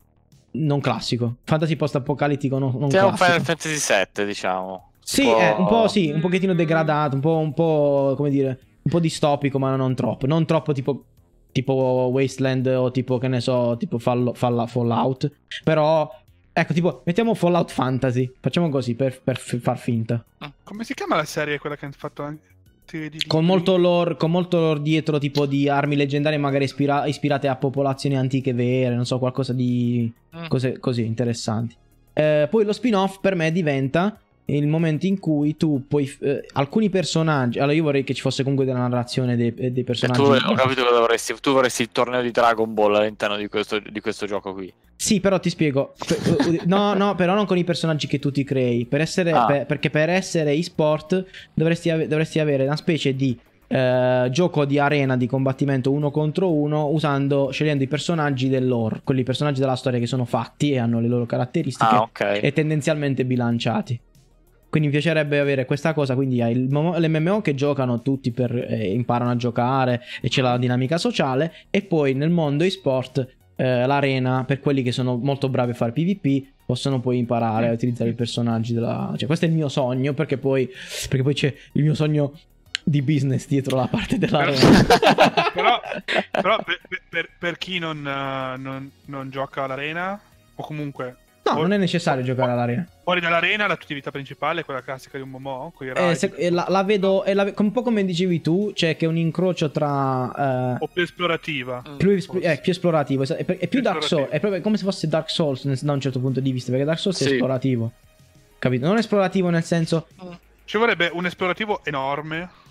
non classico, fantasy post-apocalittico non, non C'è un classico. Final Fantasy sette, diciamo. Sì, Un po'- è un po' sì, un pochettino degradato, un po', un po' come dire, un po' distopico, ma non troppo, non troppo tipo tipo Wasteland o tipo che ne so, tipo Fall, Fall- Fallout, però ecco, tipo mettiamo Fallout Fantasy, facciamo così per, per f- far finta. Come si chiama la serie quella che hanno fatto anche di- di- Con molto lore, con molto lore dietro, tipo di armi leggendarie magari ispira- ispirate a popolazioni antiche vere, non so, qualcosa di Mm. cose così interessanti. Eh, poi lo spin-off per me diventa il momento in cui tu puoi eh, alcuni personaggi, allora io vorrei che ci fosse comunque della narrazione dei, dei Cioè, personaggi. tu, ho capito cosa vorresti. Tu vorresti il torneo di Dragon Ball all'interno di questo, di questo gioco qui. Sì, però ti spiego. Per- No, no, però non con i personaggi che tu ti crei. Per essere, Ah. per- perché per essere e-sport dovresti, ave- dovresti avere una specie di eh, gioco di arena di combattimento uno contro uno, usando, scegliendo i personaggi del lore, quelli personaggi della storia che sono fatti e hanno le loro caratteristiche Ah, ok. e tendenzialmente bilanciati. Quindi mi piacerebbe avere questa cosa. Quindi hai il mo- l'M M O che giocano tutti per eh, imparano a giocare e c'è la dinamica sociale, e poi nel mondo e-sport eh, l'arena per quelli che sono molto bravi a fare PvP possono poi imparare a utilizzare i personaggi della... Cioè questo è il mio sogno, perché poi perché poi c'è il mio sogno di business dietro la parte dell'arena. però però per, per- per chi non, eh, non- non gioca all'arena o comunque No, non è necessario giocare all'arena. fuori dall'arena la tua attività principale è quella classica di un Momo con i Eh, raid, se- eh, la, la vedo, è la- un po' come dicevi tu, cioè che è un incrocio tra... eh, o più esplorativa. Mm. più, esp- eh, più esplorativo, è, è più Più Dark Souls, esplorativo. è proprio come se fosse Dark Souls nel- da un certo punto di vista, perché Dark Souls è Sì. esplorativo, capito? Non esplorativo nel senso, Ci vorrebbe un esplorativo enorme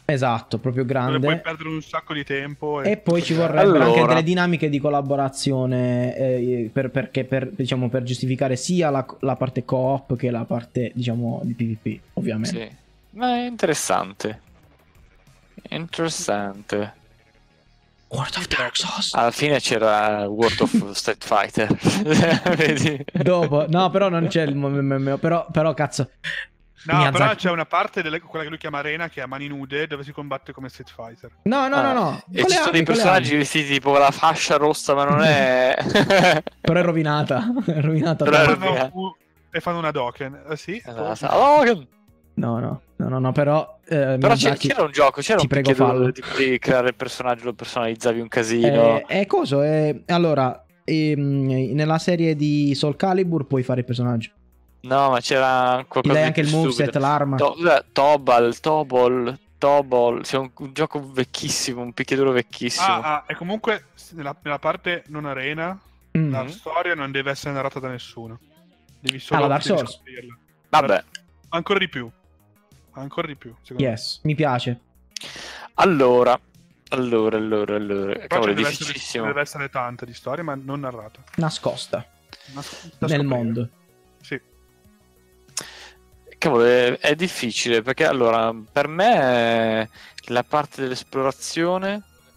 Esatto, proprio Dove puoi grande. perdere un sacco di tempo. E, E poi ci vorrebbero Allora. anche delle dinamiche di collaborazione eh, per, perché per, diciamo, per giustificare sia la, la parte co-op che la parte, diciamo, di PvP, ovviamente. Sì, ma è interessante. Interessante. World of Dark Souls. Alla fine c'era World of Street Fighter. Vedi? Dopo, no, però non c'è il M M M, però, però cazzo. No, Miyazaki- però c'è una parte, delle, quella che lui chiama Arena, che è a mani nude, dove si combatte come Street Fighter. No, no, no, no. E Con ci le sono armi, dei con le personaggi armi. vestiti tipo con la fascia rossa, ma non è. Però è rovinata. È rovinata. Però è tanto. Fanno rovinata. un- e fanno una Doken. Eh, sì. Esatto. Oh, che- No, no, no, no, no, però. Eh, Però c'è- Miyazaki- c'era un gioco, c'era ti un prego, picchiaduro fallo. di, di creare il personaggio, lo personalizzavi un casino. Eh, è coso, è... allora, ehm, nella serie di Soul Calibur puoi fare il personaggio. No, ma c'era Ti qualcosa dai di anche il più moveset, stupido. l'arma. To- eh, Tobal, Tobol, Tobol, c'è un, un gioco vecchissimo, un picchiaduro vecchissimo. Ah, ah, e comunque nella, nella parte non arena, Mm. la Mhm. storia non deve essere narrata da nessuno. Devi solo Ah, la Dark devi Souls. scoprirla. Vabbè, Ancora di più. Ancora di più, secondo Yes, mi piace. allora, allora, allora, allora, me. Però cavolo, ce è deve essere, difficilissimo. deve essere tanta di storia, ma non narrata. Nascosta Una- da nel scoprire. mondo. Sì. Cavolo, è, è difficile perché allora, per me eh, la parte dell'esplorazione.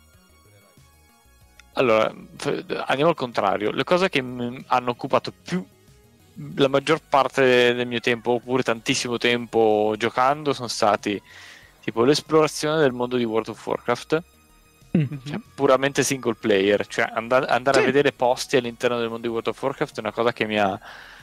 Allora, f- andiamo al contrario. Le cose che mi hanno occupato più la maggior parte del mio tempo, oppure tantissimo tempo giocando, sono stati tipo l'esplorazione del mondo di World of Warcraft, Mhm. cioè puramente single player, cioè and- andare Sì. a vedere posti all'interno del mondo di World of Warcraft è una cosa che mi ha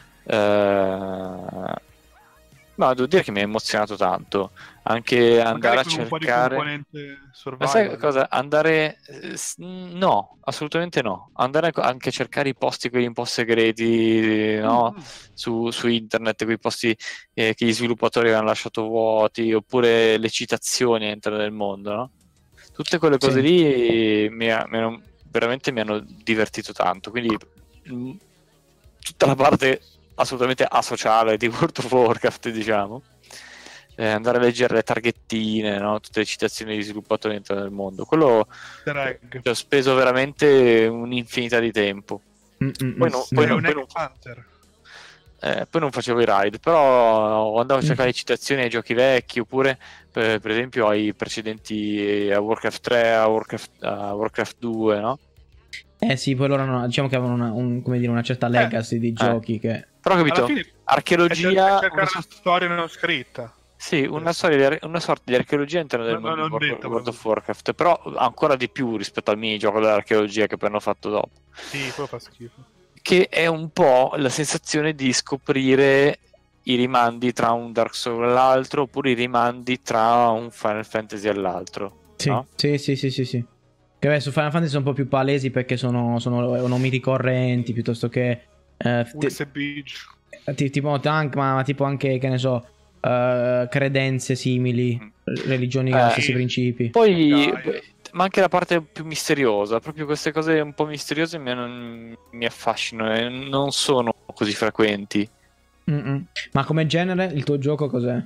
eh... no, devo dire che mi ha emozionato tanto, anche andare a Magari con un po' di cercare. componente Ma sai survival. cosa? Andare. eh, s- No, assolutamente no. Andare a- anche a cercare i posti, quelli un po' segreti, no? Mm. Su, su internet, quei posti eh, che gli sviluppatori avevano lasciato vuoti, oppure le citazioni all'interno del mondo, no? Tutte quelle cose Sì. lì mi, ha- mi hanno- veramente mi hanno divertito tanto. Quindi mh, tutta la parte assolutamente asociale di World of Warcraft, diciamo. Eh, andare a leggere le targhettine, no? Tutte le citazioni degli sviluppatori all'interno del mondo. Quello Easter egg. ci ho speso veramente un'infinità di tempo. Mm, mm, Poi mm. no- Sei poi no- un poi egg non- hunter. Eh, poi non facevo i raid, però andavo a cercare Mm. citazioni ai giochi vecchi, oppure per, per esempio ai precedenti, a Warcraft tre, a Warcraft, a Warcraft due, no? Eh sì, poi loro hanno- diciamo che avevano una, un- come dire, una certa legacy di giochi che... Però Alla capito, fine è cer- archeologia, è una, cercare so- la storia non scritta. sì, una, storia di ar- una sorta di archeologia all'interno del No, no, mondo di non World, detta, World of proprio. Warcraft, però ancora di più rispetto al minigioco dell'archeologia che poi hanno fatto dopo. Sì, quello fa schifo. Che è un po' la sensazione di scoprire i rimandi tra un Dark Souls e l'altro, oppure i rimandi tra un Final Fantasy e l'altro. Sì, no? sì, sì, sì, sì, sì. Che beh, su Final Fantasy sono un po' più palesi perché sono, sono nomi ricorrenti piuttosto che... eh, ti- U S B. ti- tipo tank, ma tipo anche, che ne so, eh, credenze simili, religioni con Eh, gli stessi sì. principi. Poi, Dai. ma anche la parte più misteriosa, proprio queste cose un po' misteriose mi, non- mi affascinano e non sono così frequenti. Mm-mm. Ma come genere, il tuo gioco cos'è?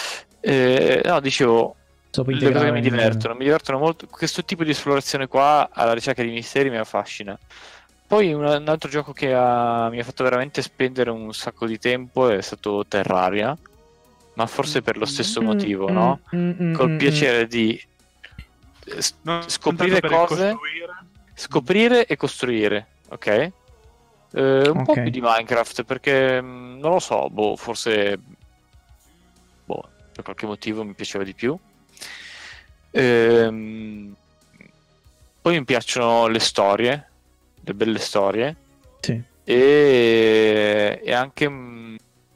Eh, no, dicevo, So puoi le cose che integrare mi in- divertono, mi divertono molto. Questo tipo di esplorazione qua alla ricerca di misteri mi affascina. Poi un, un altro gioco che ha- mi ha fatto veramente spendere un sacco di tempo è stato Terraria, ma forse per lo stesso Mm, motivo, mm, no? mm, mm, Col mm, piacere di eh, s- Non scoprire tanto per cose, costruire. scoprire e costruire, ok? Eh, un po' Ok. più di Minecraft perché mh, non lo so, boh, forse boh, per qualche motivo mi piaceva di più. Ehm, poi mi piacciono le storie, le belle storie Sì. e, e anche mh,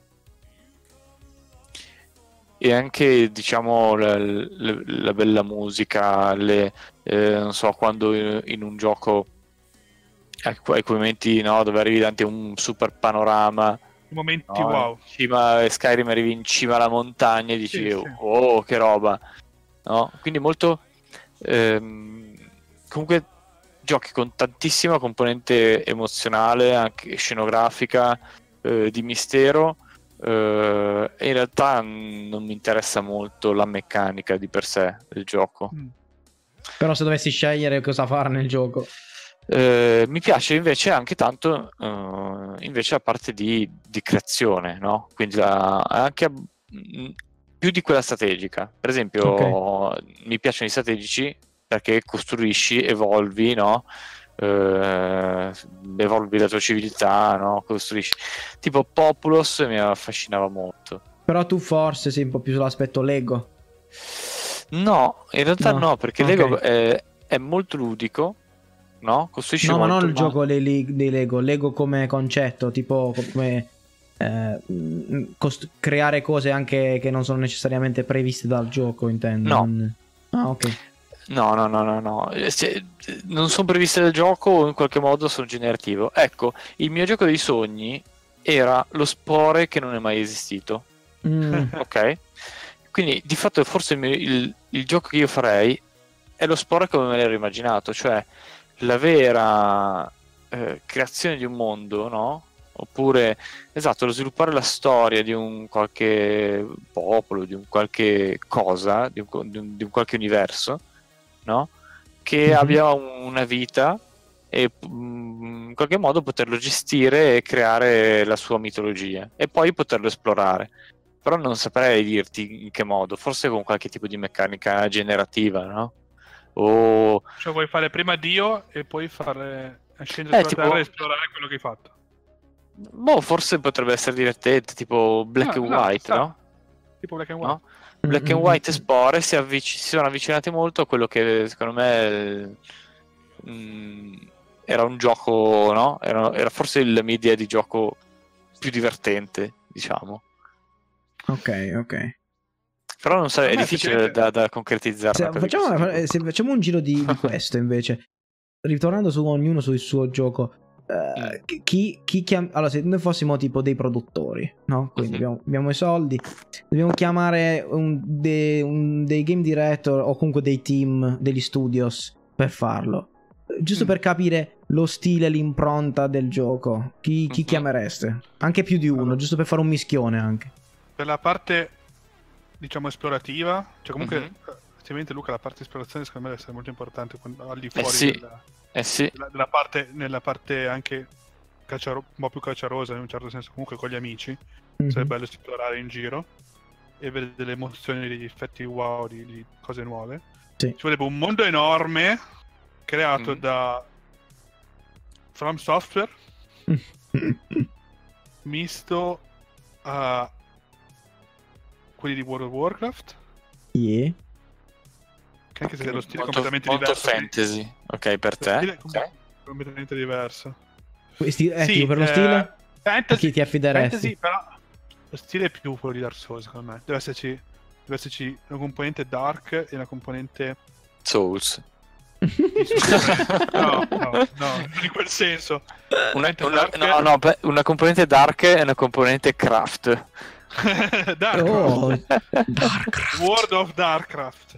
e anche diciamo la, la- la bella musica, le, eh, non so, quando in, in un gioco hai que- hai quei momenti, no, dove arrivi davanti a un super panorama, I momenti no, wow. in cima Skyrim, arrivi in cima alla montagna e dici Sì, sì. oh che roba, no? Quindi molto ehm, comunque giochi con tantissima componente emozionale, anche scenografica, eh, di mistero, Uh, e in realtà non mi interessa molto la meccanica di per sé del gioco. Mm. Però se dovessi scegliere cosa fare nel gioco, uh, mi piace invece anche tanto uh, invece la parte di, di creazione, no? Quindi la, anche mh, più di quella strategica. Per esempio, okay. mi piacciono i strategici perché costruisci, evolvi, no? Uh, evolvi la tua civiltà, no? Costruisci, tipo Populous mi affascinava molto. Però tu forse sei un po' più sull'aspetto Lego. No, in realtà no, no perché okay. Lego è, è molto ludico, no? Costruisci no, molto, ma non il ma... gioco dei, dei Lego, Lego come concetto, tipo come eh, cost- creare cose anche che non sono necessariamente previste dal gioco, intendo. No. Non... Ah, ok. No, no, no, no, no. Se, non sono previste dal gioco o in qualche modo sono generativo. Ecco, il mio gioco dei sogni era lo Spore che non è mai esistito. Mm. Ok? Quindi di fatto forse il, mio, il, il gioco che io farei è lo Spore come me l'ero immaginato, cioè la vera eh, creazione di un mondo, no? Oppure, esatto, lo sviluppare la storia di un qualche popolo, di un qualche cosa, di un, di un, di un qualche universo, no? Che mm-hmm. abbia una vita e mh, in qualche modo poterlo gestire e creare la sua mitologia e poi poterlo esplorare. Però non saprei dirti in che modo, forse con qualche tipo di meccanica generativa, no? O... Cioè vuoi fare prima Dio e poi fare scendere eh, sulla tipo... terra e esplorare quello che hai fatto. Boh, forse potrebbe essere divertente, tipo Black no, and no, White, sa. no? Tipo Black and White. No? Black and White e Spore si, avvic- si sono avvicinati molto a quello che secondo me mh, era un gioco, no? Era, era forse la mia idea di gioco più divertente, diciamo. Ok, ok. Però non so, è difficile da, da concretizzare. Se facciamo, se facciamo un giro di, di questo invece, ritornando su ognuno sul suo gioco. Uh, chi, chi chiam- allora, se noi fossimo tipo dei produttori, no? Quindi uh-huh. abbiamo, abbiamo i soldi, dobbiamo chiamare un, de, un, dei game director o comunque dei team, degli studios per farlo, giusto mm. per capire lo stile, l'impronta del gioco. Chi, chi uh-huh. chiamereste? Anche più di uno, allora, giusto per fare un mischione anche. Per la parte, diciamo, esplorativa, cioè comunque, uh-huh. effettivamente Luca, la parte esplorazione secondo me deve essere molto importante al di fuori eh sì. della... Eh sì. Nella, nella, parte, nella parte anche cacciaro, un po' più cacciarosa in un certo senso, comunque con gli amici, mm-hmm. sarebbe bello esplorare in giro e vedere delle emozioni, degli effetti wow, di, di cose nuove. Sì. Ci vorrebbe un mondo enorme creato mm. da From Software misto a quelli di World of Warcraft. Yeah. Che anche se lo stile è molto, completamente molto diverso. fantasy, sì. Ok, per te? Stile okay. completamente diverso. Stile, eh, sì, tipo per lo eh, stile? Fantasy, a chi ti affideresti? Fantasy, però lo stile è più quello di Dark Souls, secondo me. Deve esserci, deve esserci una componente Dark e una componente Souls. no, no, no, non in quel senso. Una, una, no, no, una componente Dark e una componente Craft. Dark oh, Darkcraft. World of Darkcraft.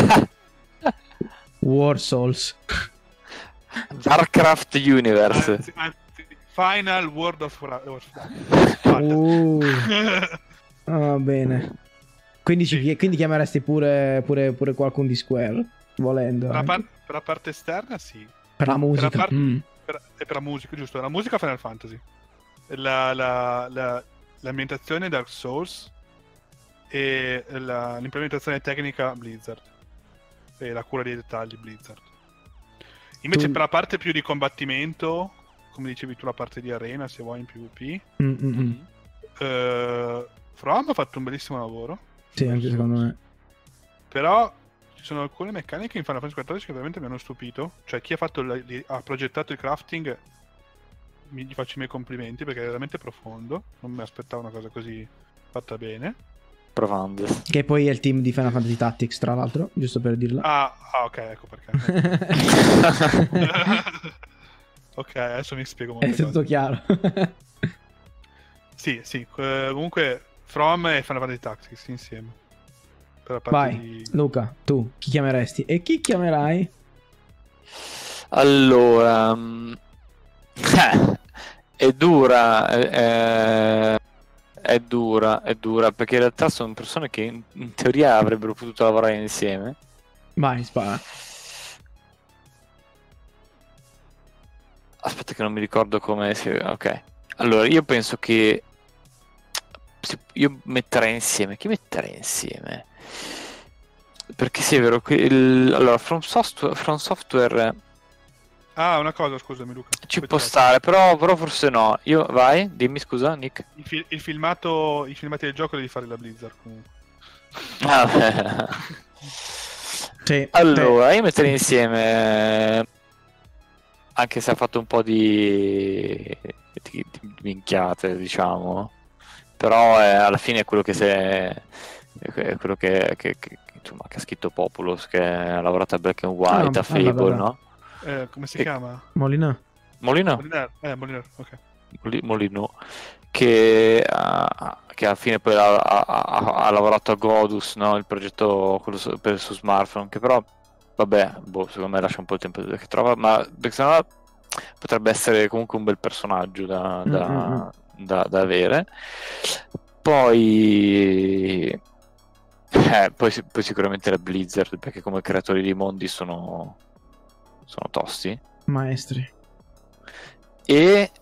War Souls. Darkcraft Universe. Anzi, anzi, Final World of Warcraft. Uh. Ah, bene. Quindi, sì. ci, quindi chiameresti pure, pure, pure qualcuno di Square, volendo. Per la, par- per la parte esterna, sì. Per la musica. Per la parte, mm. per, e per la musica, giusto. La musica Final Fantasy. La, la, la, l'ambientazione Dark Souls e la, l'implementazione tecnica Blizzard. E la cura dei dettagli Blizzard. Invece tu... per la parte più di combattimento, come dicevi tu, la parte di arena, se vuoi in PvP, mm-hmm. uh, From ha fatto un bellissimo lavoro. Sì, anche secondo me. Però ci sono alcune meccaniche in Final Fantasy quattordici che veramente mi hanno stupito. Cioè chi ha fatto la, li, ha progettato il crafting, mi, gli faccio i miei complimenti perché è veramente profondo. Non mi aspettavo una cosa così fatta bene. Profondo. Che poi è il team di Final Fantasy Tactics, tra l'altro, giusto per dirlo. Ah, ah ok, ecco perché. Ok, adesso mi spiego molto. È tutto cose. Chiaro. Sì, sì, comunque From e Final Fantasy Tactics insieme. Per la parte Vai, di... Luca, tu chi chiameresti? E chi chiamerai? Allora... Um... è dura... Eh... È è dura, è dura, perché in realtà sono persone che in, in teoria avrebbero potuto lavorare insieme. Vai, spara. Aspetta che non mi ricordo come si... Ok. Allora, io penso che... Io metterei insieme... Chi metterei insieme? Perché sì, è vero che... Il... Allora, From Software... From Software... Ah, una cosa, scusami Luca. Ci può stare, però, però forse no. Io... Vai, dimmi scusa, Nick. Il, fi- il filmato... I filmati del gioco devi fare la Blizzard, comunque. Ah, Sì, allora, io metterei insieme... Anche se ha fatto un po' di, di, di minchiate, diciamo, però è, alla fine è quello che si è, è quello che, che, che, insomma, che ha scritto Populous, che ha lavorato a Black and White, Ah, a Fable, allora, no? Eh, come si Che- chiama? Molina. Molino? Moliner. Eh, Moliner, ok. Moli- Molino, che, ha- che alla fine poi ha, ha- ha- ha lavorato a Godus, no? Il progetto quello su, per, su smartphone, che però, vabbè, boh, secondo me lascia un po' il tempo che trova, ma secondo me potrebbe essere comunque un bel personaggio da, da- Mm-mm. da- da avere. Poi, eh, poi, si- poi sicuramente la Blizzard, perché come creatori di mondi sono, sono tosti. Maestri. E,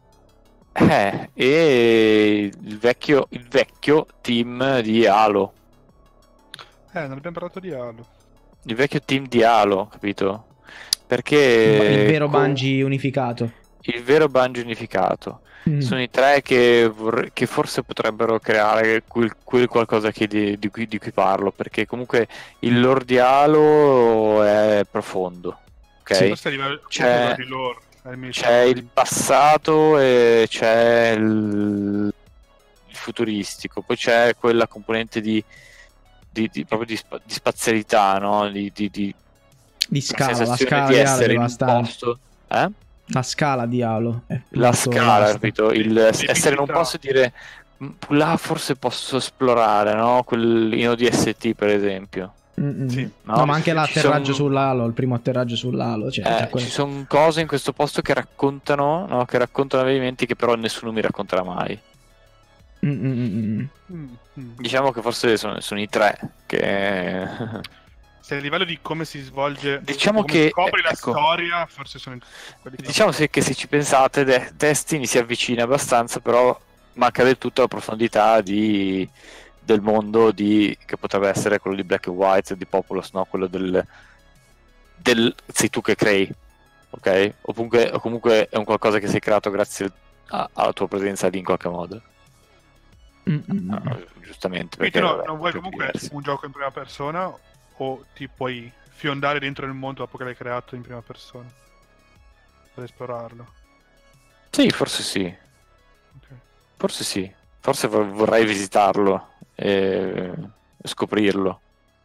eh, e il vecchio, il vecchio team di Halo, Eh, non abbiamo parlato di Halo. il vecchio team di Halo, capito? Perché il vero con- Bungie unificato. il vero Bungie unificato. Mm. Sono i tre che, vorre- che forse potrebbero creare quel, quel qualcosa che di, di cui, di cui parlo, perché comunque il lore di Halo è profondo, ok? Sì. Forse a livello C'è- di lore. eh, mi sa- C'è il passato e c'è il, il futuristico, poi c'è quella componente di, di, di- proprio di, spa- di spazialità, no? Di, di, di Di la scala, la sensazione scala di di Halo è essere in un devastante. posto, eh? La scala di Halo è La molto scala, vasta. capito? Il Di- essere in un di posto e dire "Mm, là forse posso esplorare, no? Quel in O D S T per esempio. Mm-mm. Sì. No, No, ma anche ci l'atterraggio son- sull'Halo, il primo atterraggio sull'Halo, cioè, Eh, cioè, quello- ci sono cose in questo posto che raccontano, no? Che raccontano avvenimenti che però nessuno mi racconterà mai. Mm-mm-mm. Mm, mm. Diciamo che forse sono, sono i tre che... Se a livello di come si svolge, Diciamo come che, scopri la ecco, storia, forse sono quelli che- diciamo se- che se ci pensate, De- Destiny si avvicina abbastanza, però manca del tutto la profondità di, del mondo di, che potrebbe essere quello di Black and White, di Populous, no? Quello del, del sei tu che crei, ok? O comunque, o comunque è un qualcosa che sei creato grazie a- alla tua presenza lì in qualche modo. Mm-mm. No, giustamente, Quindi perché tu no- vabbè, non vuoi giochi comunque diversi. un gioco in prima persona o ti puoi fiondare dentro il mondo dopo che l'hai creato in prima persona per esplorarlo? Sì, forse sì. Ok. Forse sì, forse vor- vorrei visitarlo e scoprirlo.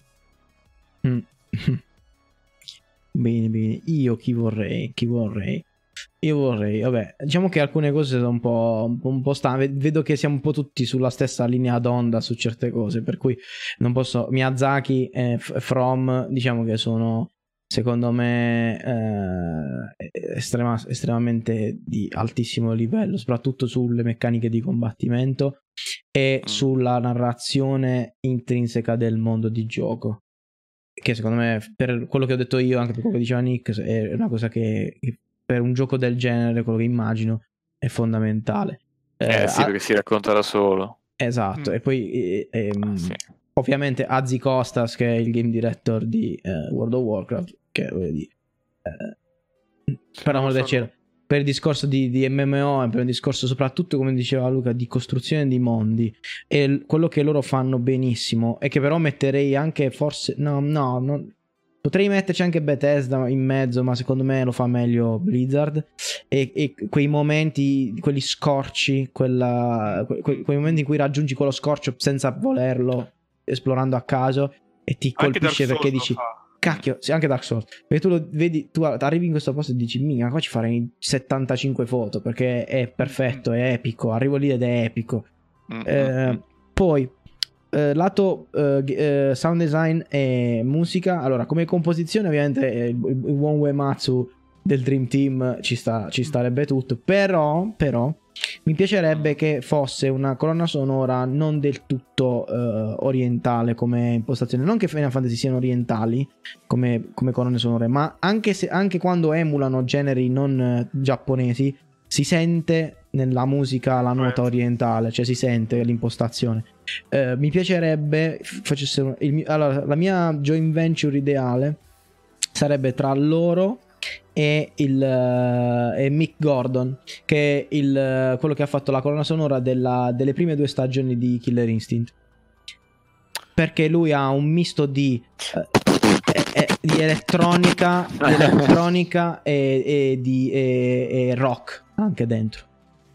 Mm. Bene, bene. Io chi vorrei? Chi vorrei? Io vorrei, vabbè, diciamo che alcune cose sono un po', un po', un po' strane. Vedo che siamo un po' tutti sulla stessa linea d'onda su certe cose, per cui non posso. Miyazaki e F- From, diciamo che sono, secondo me, eh, estrema- estremamente di altissimo livello, soprattutto sulle meccaniche di combattimento e Mm. sulla narrazione intrinseca del mondo di gioco. Che secondo me, per quello che ho detto io, anche per quello che diceva Nick, è una cosa che, che per un gioco del genere, quello che immagino, è fondamentale. Eh, Eh, sì, a- perché si racconta da solo. esatto, Mm. e poi eh, ehm, Ah, sì. ovviamente Azi Costas, che è il game director di eh, World of Warcraft, che voglio dire, eh, per amore del non so- cielo, per il discorso di, di M M O e per il discorso soprattutto, come diceva Luca, di costruzione di mondi, e l- quello che loro fanno benissimo e che però metterei anche forse no no non- potrei metterci anche Bethesda in mezzo, ma secondo me lo fa meglio Blizzard, e, e quei momenti, quelli scorci, quella, que- que- quei momenti in cui raggiungi quello scorcio senza volerlo, esplorando a caso, e ti Anche Dark colpisce perché Souls lo dici fa. cacchio, sì, anche Dark Souls, perché tu lo vedi, tu arrivi in questo posto e dici minchia, qua ci farei settantacinque foto perché è perfetto, è epico, arrivo lì ed è epico. Mm, Eh, mm, poi eh, lato eh, g- eh, sound design e musica, allora come composizione ovviamente eh, il, il buon Uematsu del Dream Team ci, sta, ci starebbe tutto, però, però Mi piacerebbe che fosse una colonna sonora non del tutto uh, orientale come impostazione. Non che Final Fantasy siano orientali come, come colonne sonore, ma anche, se, anche quando emulano generi non uh, giapponesi, si sente nella musica la nota orientale, cioè si sente l'impostazione. Uh, mi piacerebbe facessero il mio, allora, la mia joint venture ideale sarebbe tra loro e il uh, e Mick Gordon, che è il, uh, quello che ha fatto la colonna sonora della, delle prime due stagioni di Killer Instinct, perché lui ha un misto di, uh, eh, eh, di elettronica di elettronica e, e di e, e rock anche dentro.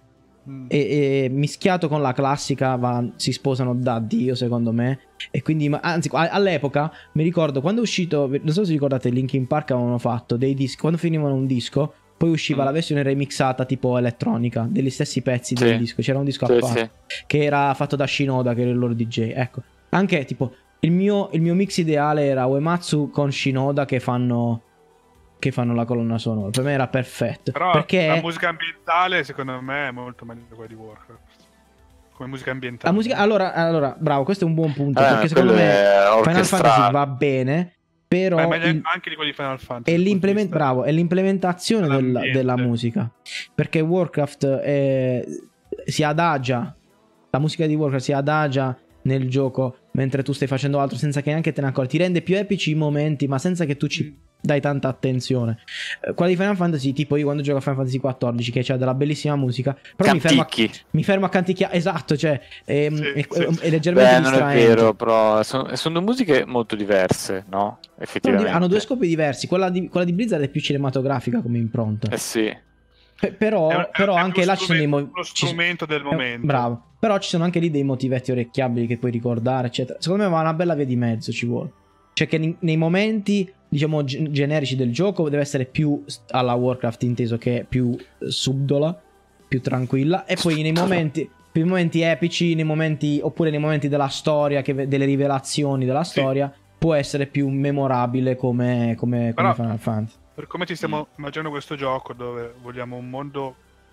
E, e mischiato con la classica va, si sposano da Dio secondo me. E quindi, anzi, all'epoca mi ricordo quando è uscito, non so se ricordate, Linkin Park avevano fatto dei dischi, quando finivano un disco poi usciva mm. la versione remixata tipo elettronica degli stessi pezzi sì. del disco. C'era un disco sì, a parte sì. che era fatto da Shinoda, che era il loro D J. Ecco, anche tipo il mio, il mio mix ideale era Uematsu con Shinoda che fanno che fanno la colonna sonora. Per me era perfetto. Però perché la musica ambientale secondo me è molto meglio di quella di Warcraft. Come musica ambientale. La musica, allora, allora, bravo, questo è un buon punto. Eh, perché secondo me Final Fantasy va bene, però ma è il, anche di quelli di Final Fantasy. È l'implement, bravo, è l'implementazione della, della musica. Perché Warcraft è, si adagia, la musica di Warcraft si adagia nel gioco mentre tu stai facendo altro senza che neanche te ne accorgi. Ti rende più epici i momenti, ma senza che tu ci dai tanta attenzione. Quella di Final Fantasy, tipo io quando gioco a Final Fantasy quattordici, che c'ha della bellissima musica, però mi fermo, a, mi fermo a canticchiare. Esatto, cioè è, sì, è, sì. è leggermente Beh, non distraente. È vero, però sono, sono musiche molto diverse, no? Effettivamente hanno due scopi diversi. Quella di, quella di Blizzard è più cinematografica come impronta. Eh sì. P- però, è un, però è anche là ci sono dei mo- lo strumento ci, del momento. Bravo. Però ci sono anche lì dei motivetti orecchiabili che puoi ricordare, eccetera. Secondo me va una bella via di mezzo, ci vuole. Cioè che nei momenti, diciamo, g- generici del gioco deve essere più alla Warcraft inteso, che è più subdola, più tranquilla. E poi nei momenti, nei momenti epici, nei momenti, oppure nei momenti della storia, che, delle rivelazioni della storia, sì. può essere più memorabile come, come, come Final Fantasy. Per come ci stiamo mm. immaginando questo gioco, dove vogliamo un mondo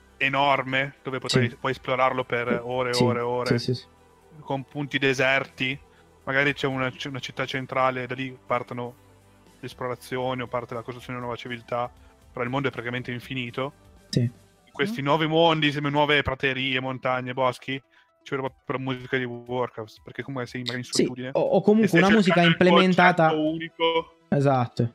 enorme, dove potrai, sì. puoi esplorarlo per ore e sì. ore e ore, sì, sì, sì. con punti deserti. Magari c'è una, c'è una città centrale, da lì partono le esplorazioni o parte la costruzione di una nuova civiltà, però il mondo è praticamente infinito. Sì. In questi mm. nuovi mondi, insieme a nuove praterie, montagne, boschi, c'è proprio la musica di Warcraft, perché comunque sei magari in solitudine. Sì, o, o comunque una musica implementata... unico. Esatto.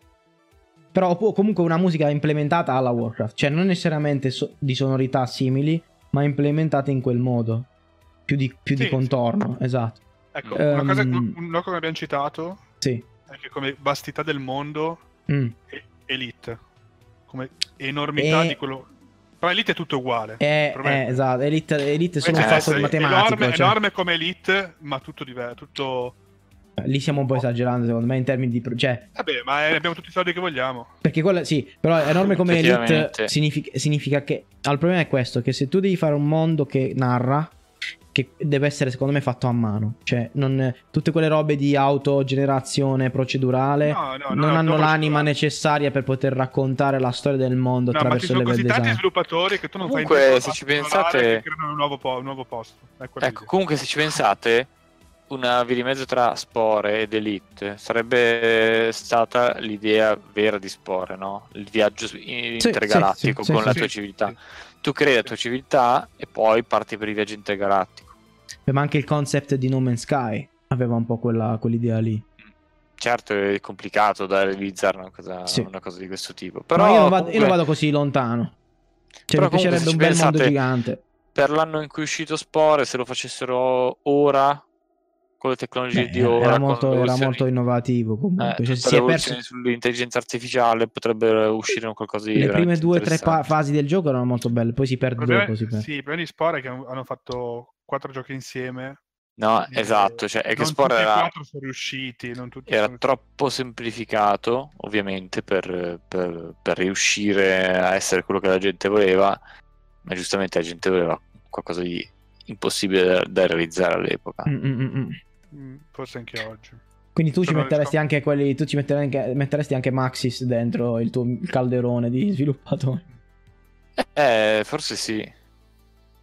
Però o comunque una musica implementata alla Warcraft, cioè non necessariamente so- di sonorità simili, ma implementate in quel modo, più di, più sì, di contorno, sì. esatto. Ecco, um, una cosa, un, un loco che abbiamo citato sì. è che come vastità del mondo mm. è Elite, come enormità e... di quello... Però Elite è tutto uguale. È, è, esatto, Elite, Elite è solo un fatto matematico. Enorme, cioè... enorme come Elite, ma tutto diverso, tutto... Lì siamo un po' esagerando secondo me in termini di... Cioè... Vabbè, ma è, abbiamo tutti i soldi che vogliamo. Perché quello, sì, però enorme come Elite significa, significa che... Il problema è questo, che se tu devi fare un mondo che narra, che deve essere secondo me fatto a mano, cioè non, tutte quelle robe di autogenerazione procedurale no, no, non no, hanno no, l'anima no. necessaria per poter raccontare la storia del mondo no, attraverso il level design. Ma ci sono così tanti sviluppatori che tu non comunque, fai in se ci pensate un nuovo, po- un nuovo posto. Ecco, ecco comunque se ci pensate, una via di mezzo tra Spore ed Elite sarebbe stata l'idea vera di Spore, no? Il viaggio intergalattico sì, sì, sì, con sì, la sì, tua sì, civiltà. Sì. Tu crei la tua civiltà e poi parti per il viaggio intergalattico. Ma anche il concept di No Man's Sky aveva un po' quella, quell'idea lì. Certo, è complicato da realizzare una cosa, sì. una cosa di questo tipo. Però no, io, non vado, comunque... io non vado così lontano. Cioè, mi piacerebbe un bel pensate, mondo gigante. Per l'anno in cui è uscito Spore, se lo facessero ora, con le tecnologie Beh, di ora, era molto, era molto innovativo comunque. Eh, cioè, si è perso sull'intelligenza artificiale, potrebbe uscire un qualcosa di le prime due o tre pa- fasi del gioco erano molto belle, poi si perde problema, dopo si perde. Sì, il problema di Spore è che hanno fatto quattro giochi insieme. No, esatto, cioè è che Spore era, sono riusciti, non tutti era sono... troppo semplificato, ovviamente, per, per, per riuscire a essere quello che la gente voleva, ma giustamente la gente voleva qualcosa di impossibile da, da realizzare all'epoca. Mm-mm-mm. Mm, forse anche oggi. Quindi tu ci metteresti anche quelli, tu ci metteresti anche, metteresti anche Maxis dentro il tuo calderone di sviluppatori? Eh, forse sì.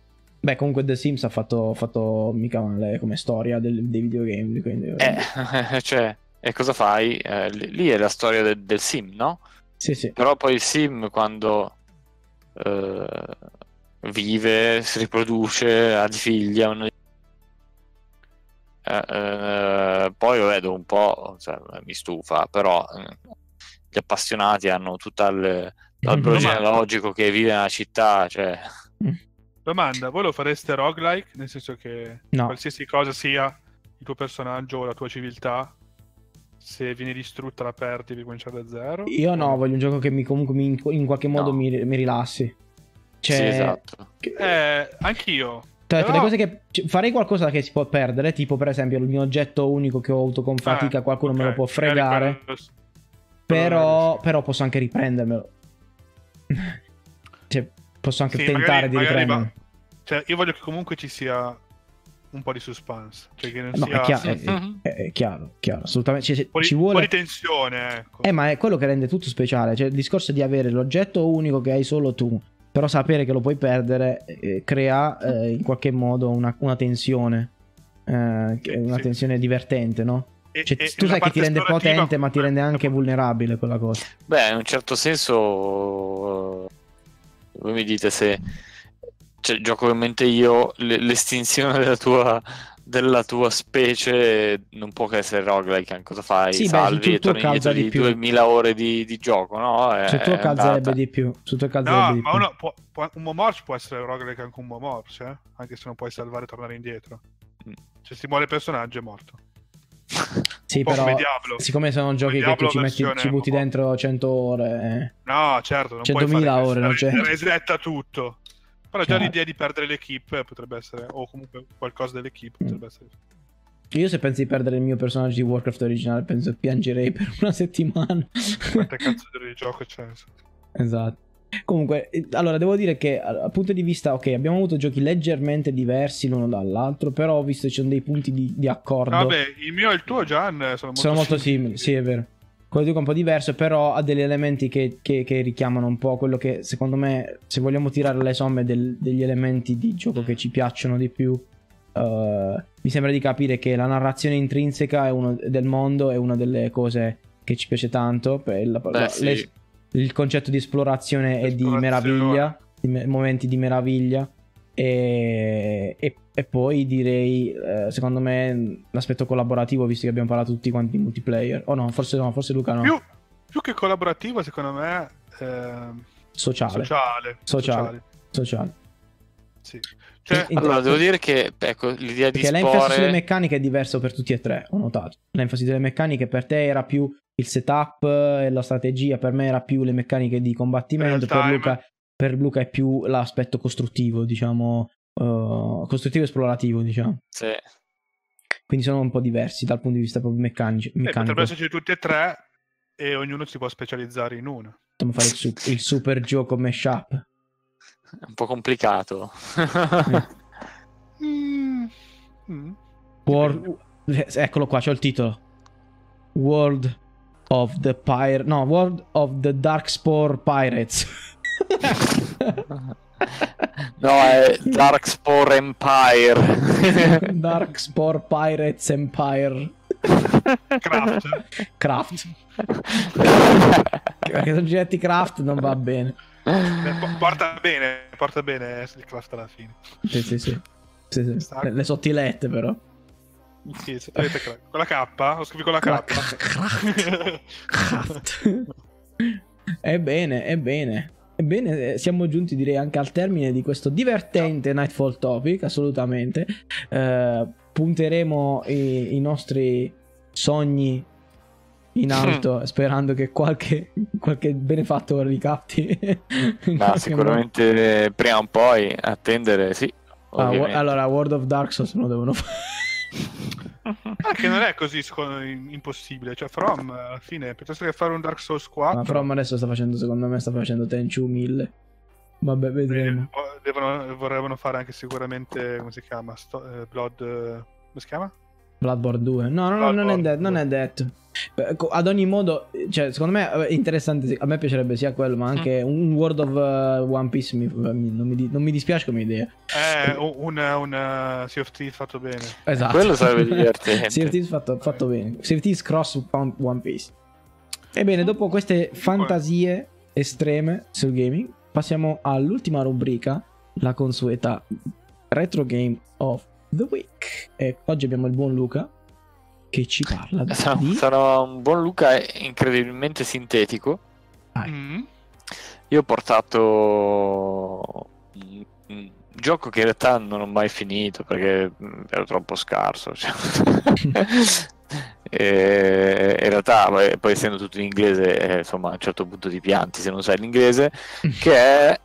Beh, comunque The Sims ha fatto, fatto mica male come storia del, dei videogame. Quindi... Eh, cioè, e cosa fai? Eh, lì è la storia del, del sim, no? Sì, sì. Però poi il sim quando eh, vive, si riproduce, ha dei figli, ha una... eh, eh, poi lo vedo un po', cioè, mi stufa, però eh, gli appassionati hanno tutto l'albero genealogico che vive nella città, cioè... Domanda, voi lo fareste roguelike? Nel senso che no. qualsiasi cosa sia il tuo personaggio o la tua civiltà, se viene distrutta la perdi devi cominciare da zero? Io no, voglio un gioco che mi comunque mi, in qualche modo no. mi, mi rilassi. Cioè, sì, esatto. Eh, anch'io. Cioè, Però... le cose che farei qualcosa che si può perdere, tipo per esempio il mio oggetto unico che ho avuto con fatica, eh, qualcuno okay. me lo può fregare. Quello... Però, sì. però posso anche riprendermelo. Cioè, posso anche sì, tentare magari, di riprenderlo. Cioè, io voglio che comunque ci sia un po' di suspense. Cioè che non no, sia... è, chiaro, è, è, è chiaro, chiaro, assolutamente. Cioè, po di, ci vuole... un po' di tensione, ecco. Eh, ma è quello che rende tutto speciale. Cioè, il discorso di avere l'oggetto unico che hai solo tu, però sapere che lo puoi perdere, eh, crea eh, in qualche modo una, una tensione. Eh, sì, una sì. tensione divertente, no? E, cioè, e, tu sai che ti rende potente, ma ti rende anche vulnerabile quella cosa. Beh, in un certo senso... Voi mi dite se... Cioè, gioco in mente io l'estinzione della tua, della tua specie non può che essere roguelike. Cosa fai? Sì, salvi beh, e torni indietro di, di duemila ore di, di gioco, no? È, su tuo calzerebbe di più. Su tuo calzerebbe no, di ma più. Uno può, può, un Momorch può essere roguelike anche un Momorch, eh? Anche se non puoi salvare e tornare indietro. Mm. Se si muore il personaggio è morto. Sì, però siccome sono giochi che tu ci, metti, ci butti dentro cento ore, eh. no, certo, non centomila ore, non c'è. Resetta tutto. Però già l'idea di perdere l'equipe potrebbe essere, o comunque qualcosa dell'equipe potrebbe mm. essere. Io se pensi di perdere il mio personaggio di Warcraft originale, penso che piangerei per una settimana. Quante cazzo di gioco c'è? Esatto. Comunque, allora devo dire che dal punto di vista, ok, abbiamo avuto giochi leggermente diversi l'uno dall'altro, però ho visto che ci sono dei punti di, di accordo. Vabbè, il mio e il tuo, Gian, sono molto, sono molto simili. simili. Sì, è vero. Quello di è un po' diverso, però ha degli elementi che, che, che richiamano un po' quello che, secondo me, se vogliamo tirare le somme del, degli elementi di gioco che ci piacciono di più, uh, mi sembra di capire che la narrazione intrinseca è uno, del mondo è una delle cose che ci piace tanto. Per la, Beh, la, sì. le, il concetto di esplorazione e di meraviglia, di me, momenti di meraviglia. E, e, e poi direi, eh, secondo me, l'aspetto collaborativo, visto che abbiamo parlato tutti quanti di multiplayer. O oh no, forse no, forse Luca no. Più, più che collaborativo, secondo me, eh, sociale. Sociale. Sociale. Sociale. Sì. Cioè, in, allora, devo dire che ecco, l'idea di spore... l'enfasi sulle meccaniche è diverso per tutti e tre, ho notato. L'enfasi delle meccaniche per te era più il setup e la strategia, per me era più le meccaniche di combattimento, per Luca... Per Luca è più l'aspetto costruttivo, diciamo, uh, costruttivo e esplorativo, diciamo. Sì. Quindi sono un po' diversi dal punto di vista proprio meccanico. Eh, potrebbero esserci tutti e tre e ognuno si può specializzare in uno. Dobbiamo fare il, su- il super gioco mashup. È un po' complicato. mm. Mm. World... Eccolo qua, c'ho il titolo. World of the Pir... No, World of the Darkspore Pirates. No, è Darkspore Empire. Darkspore Pirates Empire. Craft. Craft. Perché soggetti craft non va bene. Porta bene, porta bene il craft alla fine. Sì, sì, sì. sì, sì. Le, le sottilette però. Sì, sottilette craft. Con la K? Lo scrivi con la K? Craft. Craft. Ebbene, ebbene. Ebbene, siamo giunti direi anche al termine di questo divertente Nightfall Topic, assolutamente. Eh, punteremo i, i nostri sogni in alto, sperando che qualche, qualche benefattore li capti. Ma sicuramente modo. Prima o poi attendere, sì. Ah, allora, World of Dark Souls lo devono fare. Anche non è così impossibile, cioè From alla fine piuttosto che fare un Dark Souls quattro. Ma From adesso sta facendo, secondo me sta facendo Tenchu mille. Vabbè, vedremo. Devono, vorrebbero fare anche sicuramente, come si chiama? Sto, eh, Blood, come si chiama? Bloodborne due. No, no, no, non è, de- non è detto. Ad ogni modo, cioè, secondo me è interessante. A me piacerebbe sia quello, ma anche mm. un World of uh, One Piece. Mi, mi, non, mi, non mi dispiace come idea. È un, un uh, Sea of Thieves fatto bene. Esatto. Quello sarebbe divertente. Sea of Thieves fatto, fatto bene. Sea of Thieves cross One Piece. Ebbene, dopo queste fantasie estreme sul gaming, passiamo all'ultima rubrica, la consueta Retro Game of the Week. E oggi abbiamo il buon Luca che ci parla sarà, di... sarà un buon Luca incredibilmente sintetico. Mm. Io ho portato un, un gioco che in realtà non ho mai finito perché ero troppo scarso, cioè. E in realtà poi essendo tutto in inglese, eh, insomma a un certo punto ti pianti se non sai l'inglese, che è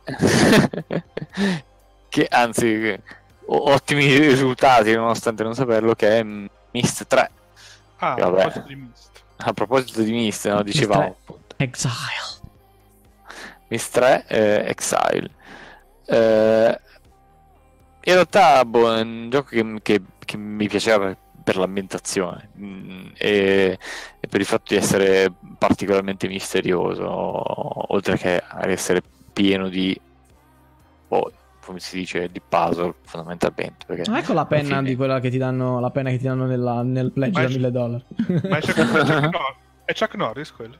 che anzi ottimi risultati nonostante non saperlo, che è Myst tre. Ah, a proposito di Myst. A proposito di Myst, no? Dicevamo appunto. Exile. Myst tre eh, Exile. Eh, in realtà boh, è un gioco che, che, che mi piaceva per l'ambientazione mm, e, e per il fatto di essere particolarmente misterioso, oltre che ad essere pieno di, oh, come si dice, di puzzle fondamentalmente. Perché ah, ecco la penna fine... di quella che ti danno, la penna che ti danno nella, nel pledge da mille dollari. Ma è Chuck, è, Chuck Norris, è Chuck Norris quello?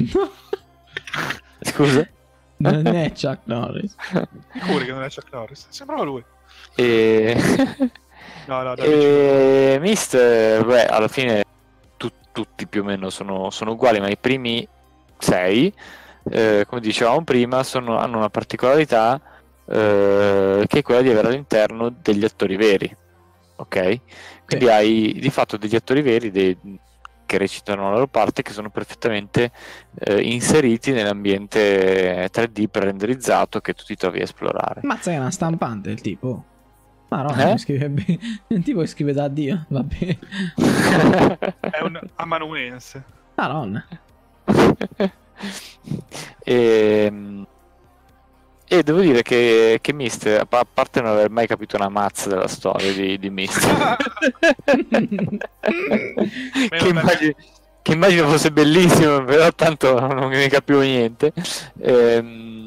Scusa? Non è Chuck Norris. Sicuro che non è Chuck Norris? Sembrava lui. E... no, no, e... Myst, beh, alla fine tu, tutti più o meno sono, sono uguali, ma i primi sei, eh, come dicevamo prima, sono, hanno una particolarità eh, che è quella di avere all'interno degli attori veri, ok? Quindi sì. Hai di fatto degli attori veri dei, che recitano la loro parte, che sono perfettamente eh, inseriti nell'ambiente tre D pre-renderizzato che tu ti trovi a esplorare. Mazza, è una stampante il tipo. Maronna, eh? scrive bene. Un tipo che scrive da Dio, va bene. È un amanuense. Maronna. e, e devo dire che, che Myst, a parte non aver mai capito una mazza della storia di, di Myst, che, immagino, che immagino fosse bellissimo, però tanto non ne capivo niente. Ehm,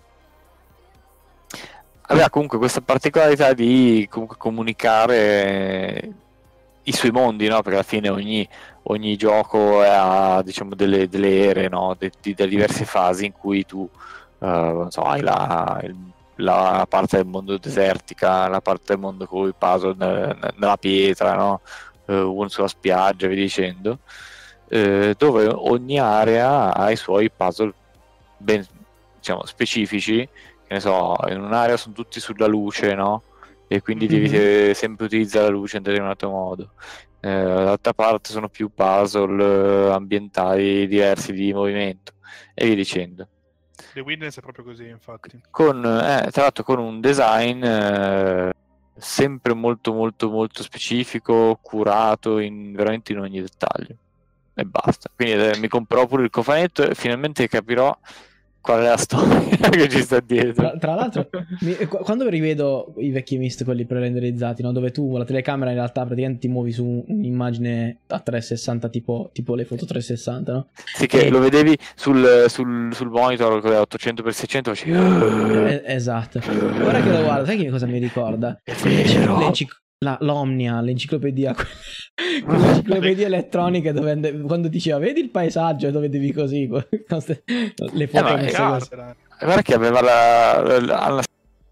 aveva comunque questa particolarità di comunque comunicare i suoi mondi, no? Perché alla fine ogni, ogni gioco ha, diciamo, delle, delle ere, no? De, di, delle diverse fasi in cui tu uh, non so, hai la, la parte del mondo desertica, la parte del mondo con i puzzle nel, nella pietra, no? Uh, uno sulla spiaggia, via dicendo, uh, dove ogni area ha i suoi puzzle ben, diciamo, specifici. Che ne so, in un'area sono tutti sulla luce, no? E quindi mm-hmm. devi sempre utilizzare la luce in determinato modo. Eh, dall'altra parte sono più puzzle ambientali diversi di movimento e via dicendo. The Witness è proprio così, infatti. Con, eh, tra l'altro con un design eh, sempre molto molto molto specifico, curato in, veramente in ogni dettaglio. E basta. Quindi eh, mi comprerò pure il cofanetto e finalmente capirò qual è la storia che ci sta dietro. Tra, tra l'altro, mi, quando rivedo i vecchi Myst, quelli pre-renderizzati, no? Dove tu la telecamera in realtà praticamente ti muovi su un'immagine a trecentosessanta, tipo, tipo le foto trecentosessanta, no? Sì, che e... lo vedevi sul, sul, sul monitor con ottocento per seicento, facevi... eh, esatto. Ora che lo guardo, sai che cosa mi ricorda? La, l'Omnia, l'enciclopedia, quell'enciclopedia elettronica dove quando diceva vedi il paesaggio dove devi così le foto eh, cazzo, guarda che aveva la, la, la, la...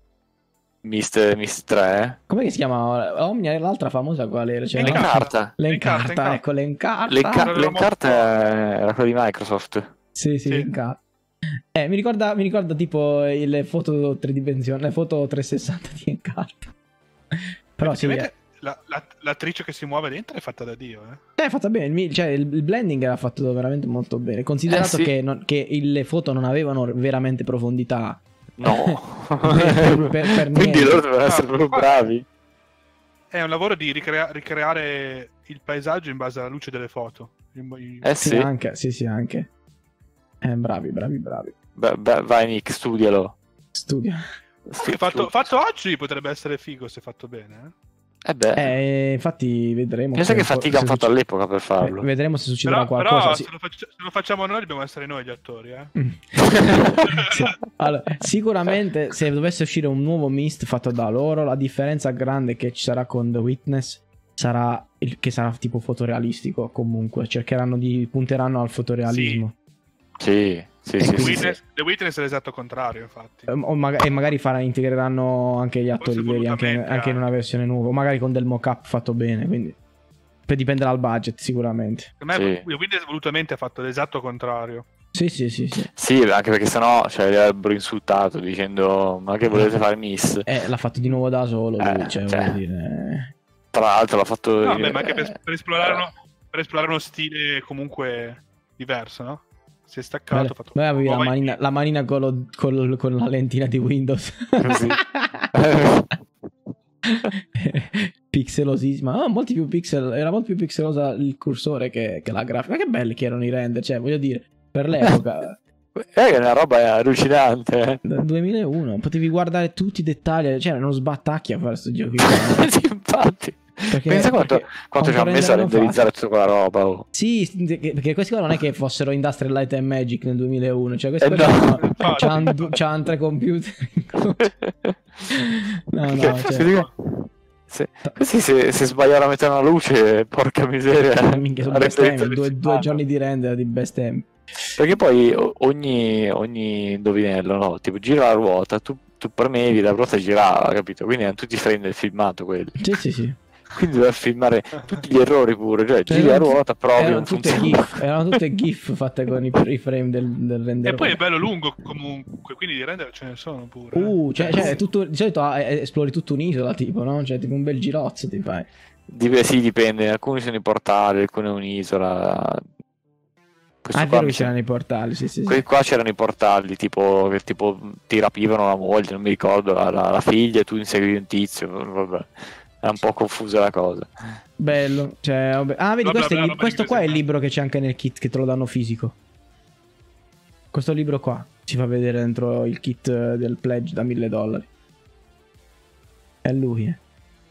Myst, Myst tre, eh? Come si chiama? Omnia e l'altra famosa qual era? Cioè, l'Encarta. L'Encarta, ecco, l'Encarta. L'Enca- L'Encarta era quella di Microsoft. Sì, sì, sì. L'Encarta. Eh, mi ricorda, mi ricorda tipo le foto tridimensionali, le foto trecentosessanta di Encarta. Però sì, la, la, l'attrice che si muove dentro è fatta da Dio, eh? È fatta bene, cioè il, il blending era fatto veramente molto bene, considerato eh sì. che, non, che le foto non avevano veramente profondità. No, per, per, per quindi loro devono no, essere proprio bravi. È un lavoro di ricrea- ricreare il paesaggio in base alla luce delle foto. Eh sì, sì anche, sì, sì, anche. Eh, bravi, bravi, bravi. Beh, beh, vai Nick, studialo. Studia. Sì, fatto, fatto oggi potrebbe essere figo se fatto bene, Eh beh, Eh, infatti vedremo. pensa se- che fatica se hanno fatto succe- all'epoca per farlo. eh, vedremo se succederà Però, qualcosa. però Sì. se, lo faccia- se lo facciamo noi dobbiamo essere noi gli attori, eh. Mm. Sì. Allora, sicuramente se dovesse uscire un nuovo Myst fatto da loro, la differenza grande che ci sarà con The Witness sarà il, che sarà tipo fotorealistico. Comunque cercheranno di punteranno al fotorealismo. Sì, sì, E sì, The sì, quindi- sì. Witness, The Witness è l'esatto contrario, infatti. Eh, o maga- e magari farà- integreranno anche gli attori Forse veri anche, volutamente anche in una anche. versione nuova, o magari con del mock-up fatto bene. Quindi poi dipende dal budget, sicuramente. Per me Sì. The Witness volutamente ha fatto l'esatto contrario. Sì, sì, sì, sì. Sì, anche perché sennò cioè, li avrebbero insultato dicendo ma che volete fare Miss? Eh, l'ha fatto di nuovo da solo lui, Eh, cioè, cioè. voglio dire... Tra l'altro l'ha fatto... No, beh, ma anche eh, per, per esplorare uno, per esplorare uno stile comunque diverso, no? Si è staccato, ha fatto Beh, avevi la nuova manina, idea. la manina con, lo- col- con la lentina di Windows. Così. Pixelosissima. Ah, molti più pixel, era molto più pixelosa il cursore che, che la grafica. Ma che belli che erano i render, cioè, voglio dire, per l'epoca... Eh, che è una roba allucinante. Eh. Dal duemilauno potevi guardare tutti i dettagli, cioè erano sbattacchi a fare questo gioco. Perché, Sì, infatti. Pensa quanto, perché quanto ci ha messo a renderizzare tutta quella roba. Oh. Sì, perché questi qua non è che fossero Industrial Light and Magic nel duemilauno, cioè questi Eh, qua no. c'hanno- Infatti. c'hanno du- c'hanno tre computer. No, no, Perché- cioè, se, questi se, se sbagliano a mettere una luce, porca miseria. minchia, sono La bestemmie, renderizzazione due, due fa. giorni di render di bestemmie. Perché poi o- ogni, ogni indovinello, no? Tipo gira la ruota, tu, tu premevi, la ruota girava, capito? Quindi erano tutti frame del filmato quelli. Sì, sì, sì. Quindi dover filmare tutti gli errori pure, cioè giri la Erano- ruota, provi, erano non tutte funziona. GIF, erano tutte GIF fatte con i, i frame del, del render. E poi è bello lungo comunque, quindi di render ce ne sono pure. eh. Uh, cioè, cioè tutto, di solito ah, eh, esplori tutta un'isola, tipo, no? Cioè, tipo un bel girozzo ti fai. Dip- sì, dipende, alcuni sono i portali, alcuni è un'isola. Questo Ah, è qua vero mi che c'erano sembra- i portali, sì, sì, sì. que- Qua c'erano i portali, tipo che tipo ti rapivano la moglie, non mi ricordo, la, la- la figlia e tu inseguivi un tizio, vabbè. È un po' confusa la cosa. Bello, cioè, vabbè. Ah, vedi, Bla, bla, questo, è il- bla, roba questo di qua è il così. libro che c'è anche nel kit che te lo danno fisico. Questo libro qua si fa vedere dentro il kit eh, del pledge da mille dollari. È lui, eh.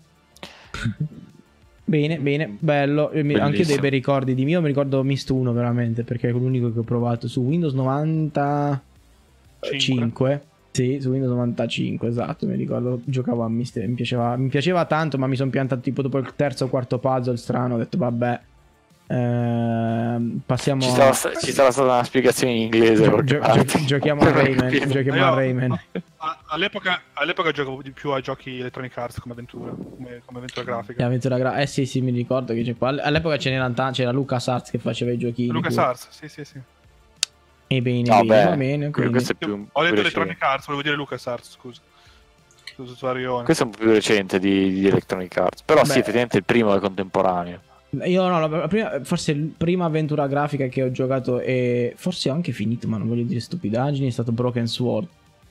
Bene, bene, bello. Io mi- anche io dei Bellissimo. bei ricordi di mio. Mi ricordo Myst uno veramente, perché è l'unico che ho provato su Windows novantacinque. Sì, su Windows novantacinque, esatto. Mi ricordo, giocavo a Myst, mi piaceva, mi piaceva tanto, ma mi sono piantato tipo dopo il terzo o quarto puzzle strano. Ho detto, vabbè, ehm, passiamo Ci a... sarà, ci sarà stata una spiegazione in inglese. Gio- qualche gio- parte. gio- giochiamo a Rayman, giochiamo Io- a Rayman. a- all'epoca, all'epoca giocavo di più a giochi Electronic Arts come avventura, come, come avventura grafica. L'avventura gra- eh sì, sì, mi ricordo che c'è qua. All'epoca ce n'era tanti, c'era LucasArts che faceva i giochini. Lucas pure. Arts, sì, sì, sì. E bene, No, bene, beh, va bene. quindi- questo è più, Ho più detto recente. Electronic Arts, volevo dire Lucas Arts, scusa. Scusa, Arione. Questo è un po' più recente di, di Electronic Arts. Però Beh. sì, effettivamente il primo è contemporaneo. Io no, la la prima, forse la prima avventura grafica che ho giocato e forse ho anche finito, ma non voglio dire stupidaggini, è stato Broken Sword,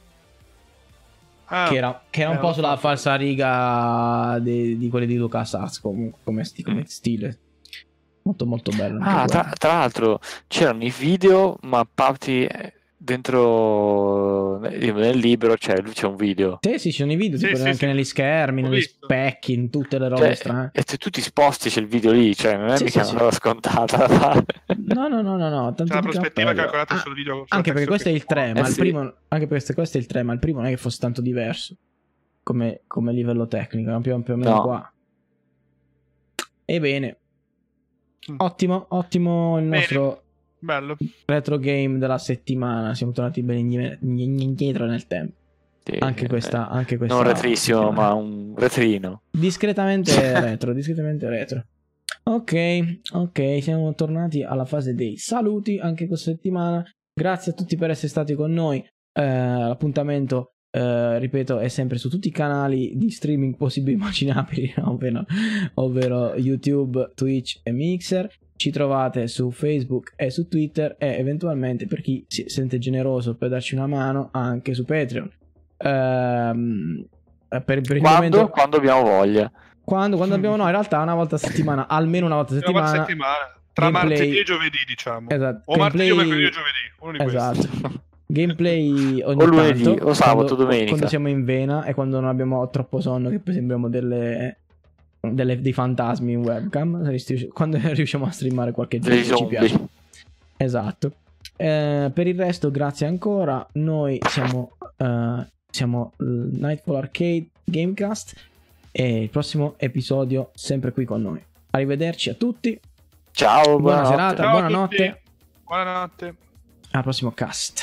Ah, che era, che era un eh, po' l'ho sulla fatto. falsa riga di, di quelli di LucasArts comunque, come, sti- come stile. Molto molto bello. anche Ah, quello. tra, tra l'altro c'erano i video mappati eh, dentro eh, nel libro, cioè c'è un video. Sì, sì, ci sono i video, Sì, tipo sì, anche sì. negli schermi, Ho negli visto. specchi, in tutte le robe Cioè, strane. e se tu ti sposti c'è il video lì, cioè non è Sì, mica sì, una sì. cosa scattata da fare. No, no, no, no, no, tanto C'è la di prospettiva cappello. calcolata Ah, sul video. sulla Anche perché questo è texture il tre, che ma Eh il sì. primo, anche perché questo è il tre, ma il primo non è che fosse tanto diverso come, come livello tecnico, era più, più o meno No. qua. Ebbene, Mm. ottimo, ottimo il Bene. nostro Bello. retro game della settimana. Siamo tornati bene indie- indietro nel tempo. Sì, Anche eh, questa, anche questa non retrissimo, settimana. ma un retrino. Discretamente retro, discretamente retro. Ok, ok, siamo tornati alla fase dei saluti anche questa settimana. Grazie a tutti per essere stati con noi. Eh, l'appuntamento, eh, ripeto, è sempre su tutti i canali di streaming possibili e immaginabili, ovvero, ovvero YouTube, Twitch e Mixer. Ci trovate su Facebook e su Twitter e eventualmente, per chi si sente generoso per darci una mano, anche su Patreon. Ehm, per, per il Quando? momento, Quando abbiamo voglia. quando, quando abbiamo, no, in realtà una volta a settimana, almeno una volta a Una volta a settimana. settimana. Tra Gameplay- martedì e giovedì, diciamo. Esatto, O martedì o gameplay- mercoledì o giovedì. Uno di questi. Esatto. Gameplay ogni O lunedì, tanto, o sabato, quando, domenica. quando siamo in vena e quando non abbiamo troppo sonno, che poi sembriamo delle delle, dei fantasmi in webcam quando riusciamo a streamare qualche Dei gioco che ci piace. zombie. Esatto. Eh, per il resto, grazie ancora. Noi siamo, uh, siamo Nightfall Arcade Gamecast e il prossimo episodio sempre qui con noi. Arrivederci a tutti. Ciao, Buona buonanotte. serata, Ciao a buonanotte. tutti. Buonanotte. Al prossimo cast.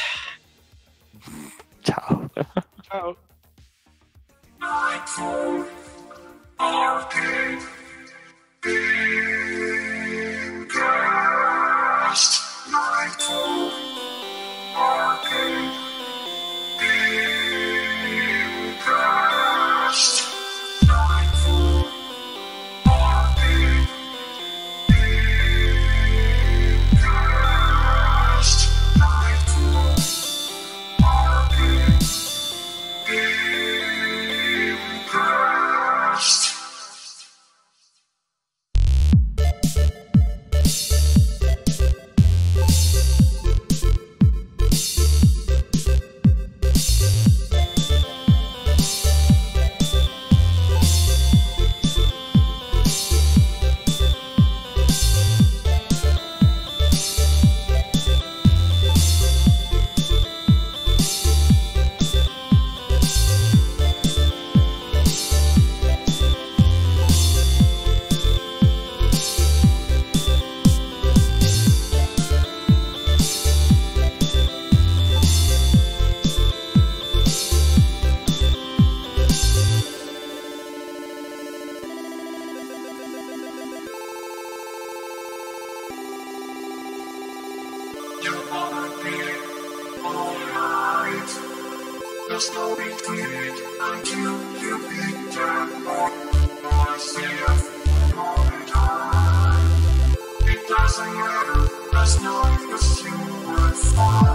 Ciao. Ciao. Nightfall Arcade Gamecast. Nightfall Arcade Gamecast. Nightfall Arcade Gamecast. Nightfall Arcade Gamecast. You wanna be alright. There's no retreat until you beat them all. I see it all the time. It doesn't matter as long as you would fight.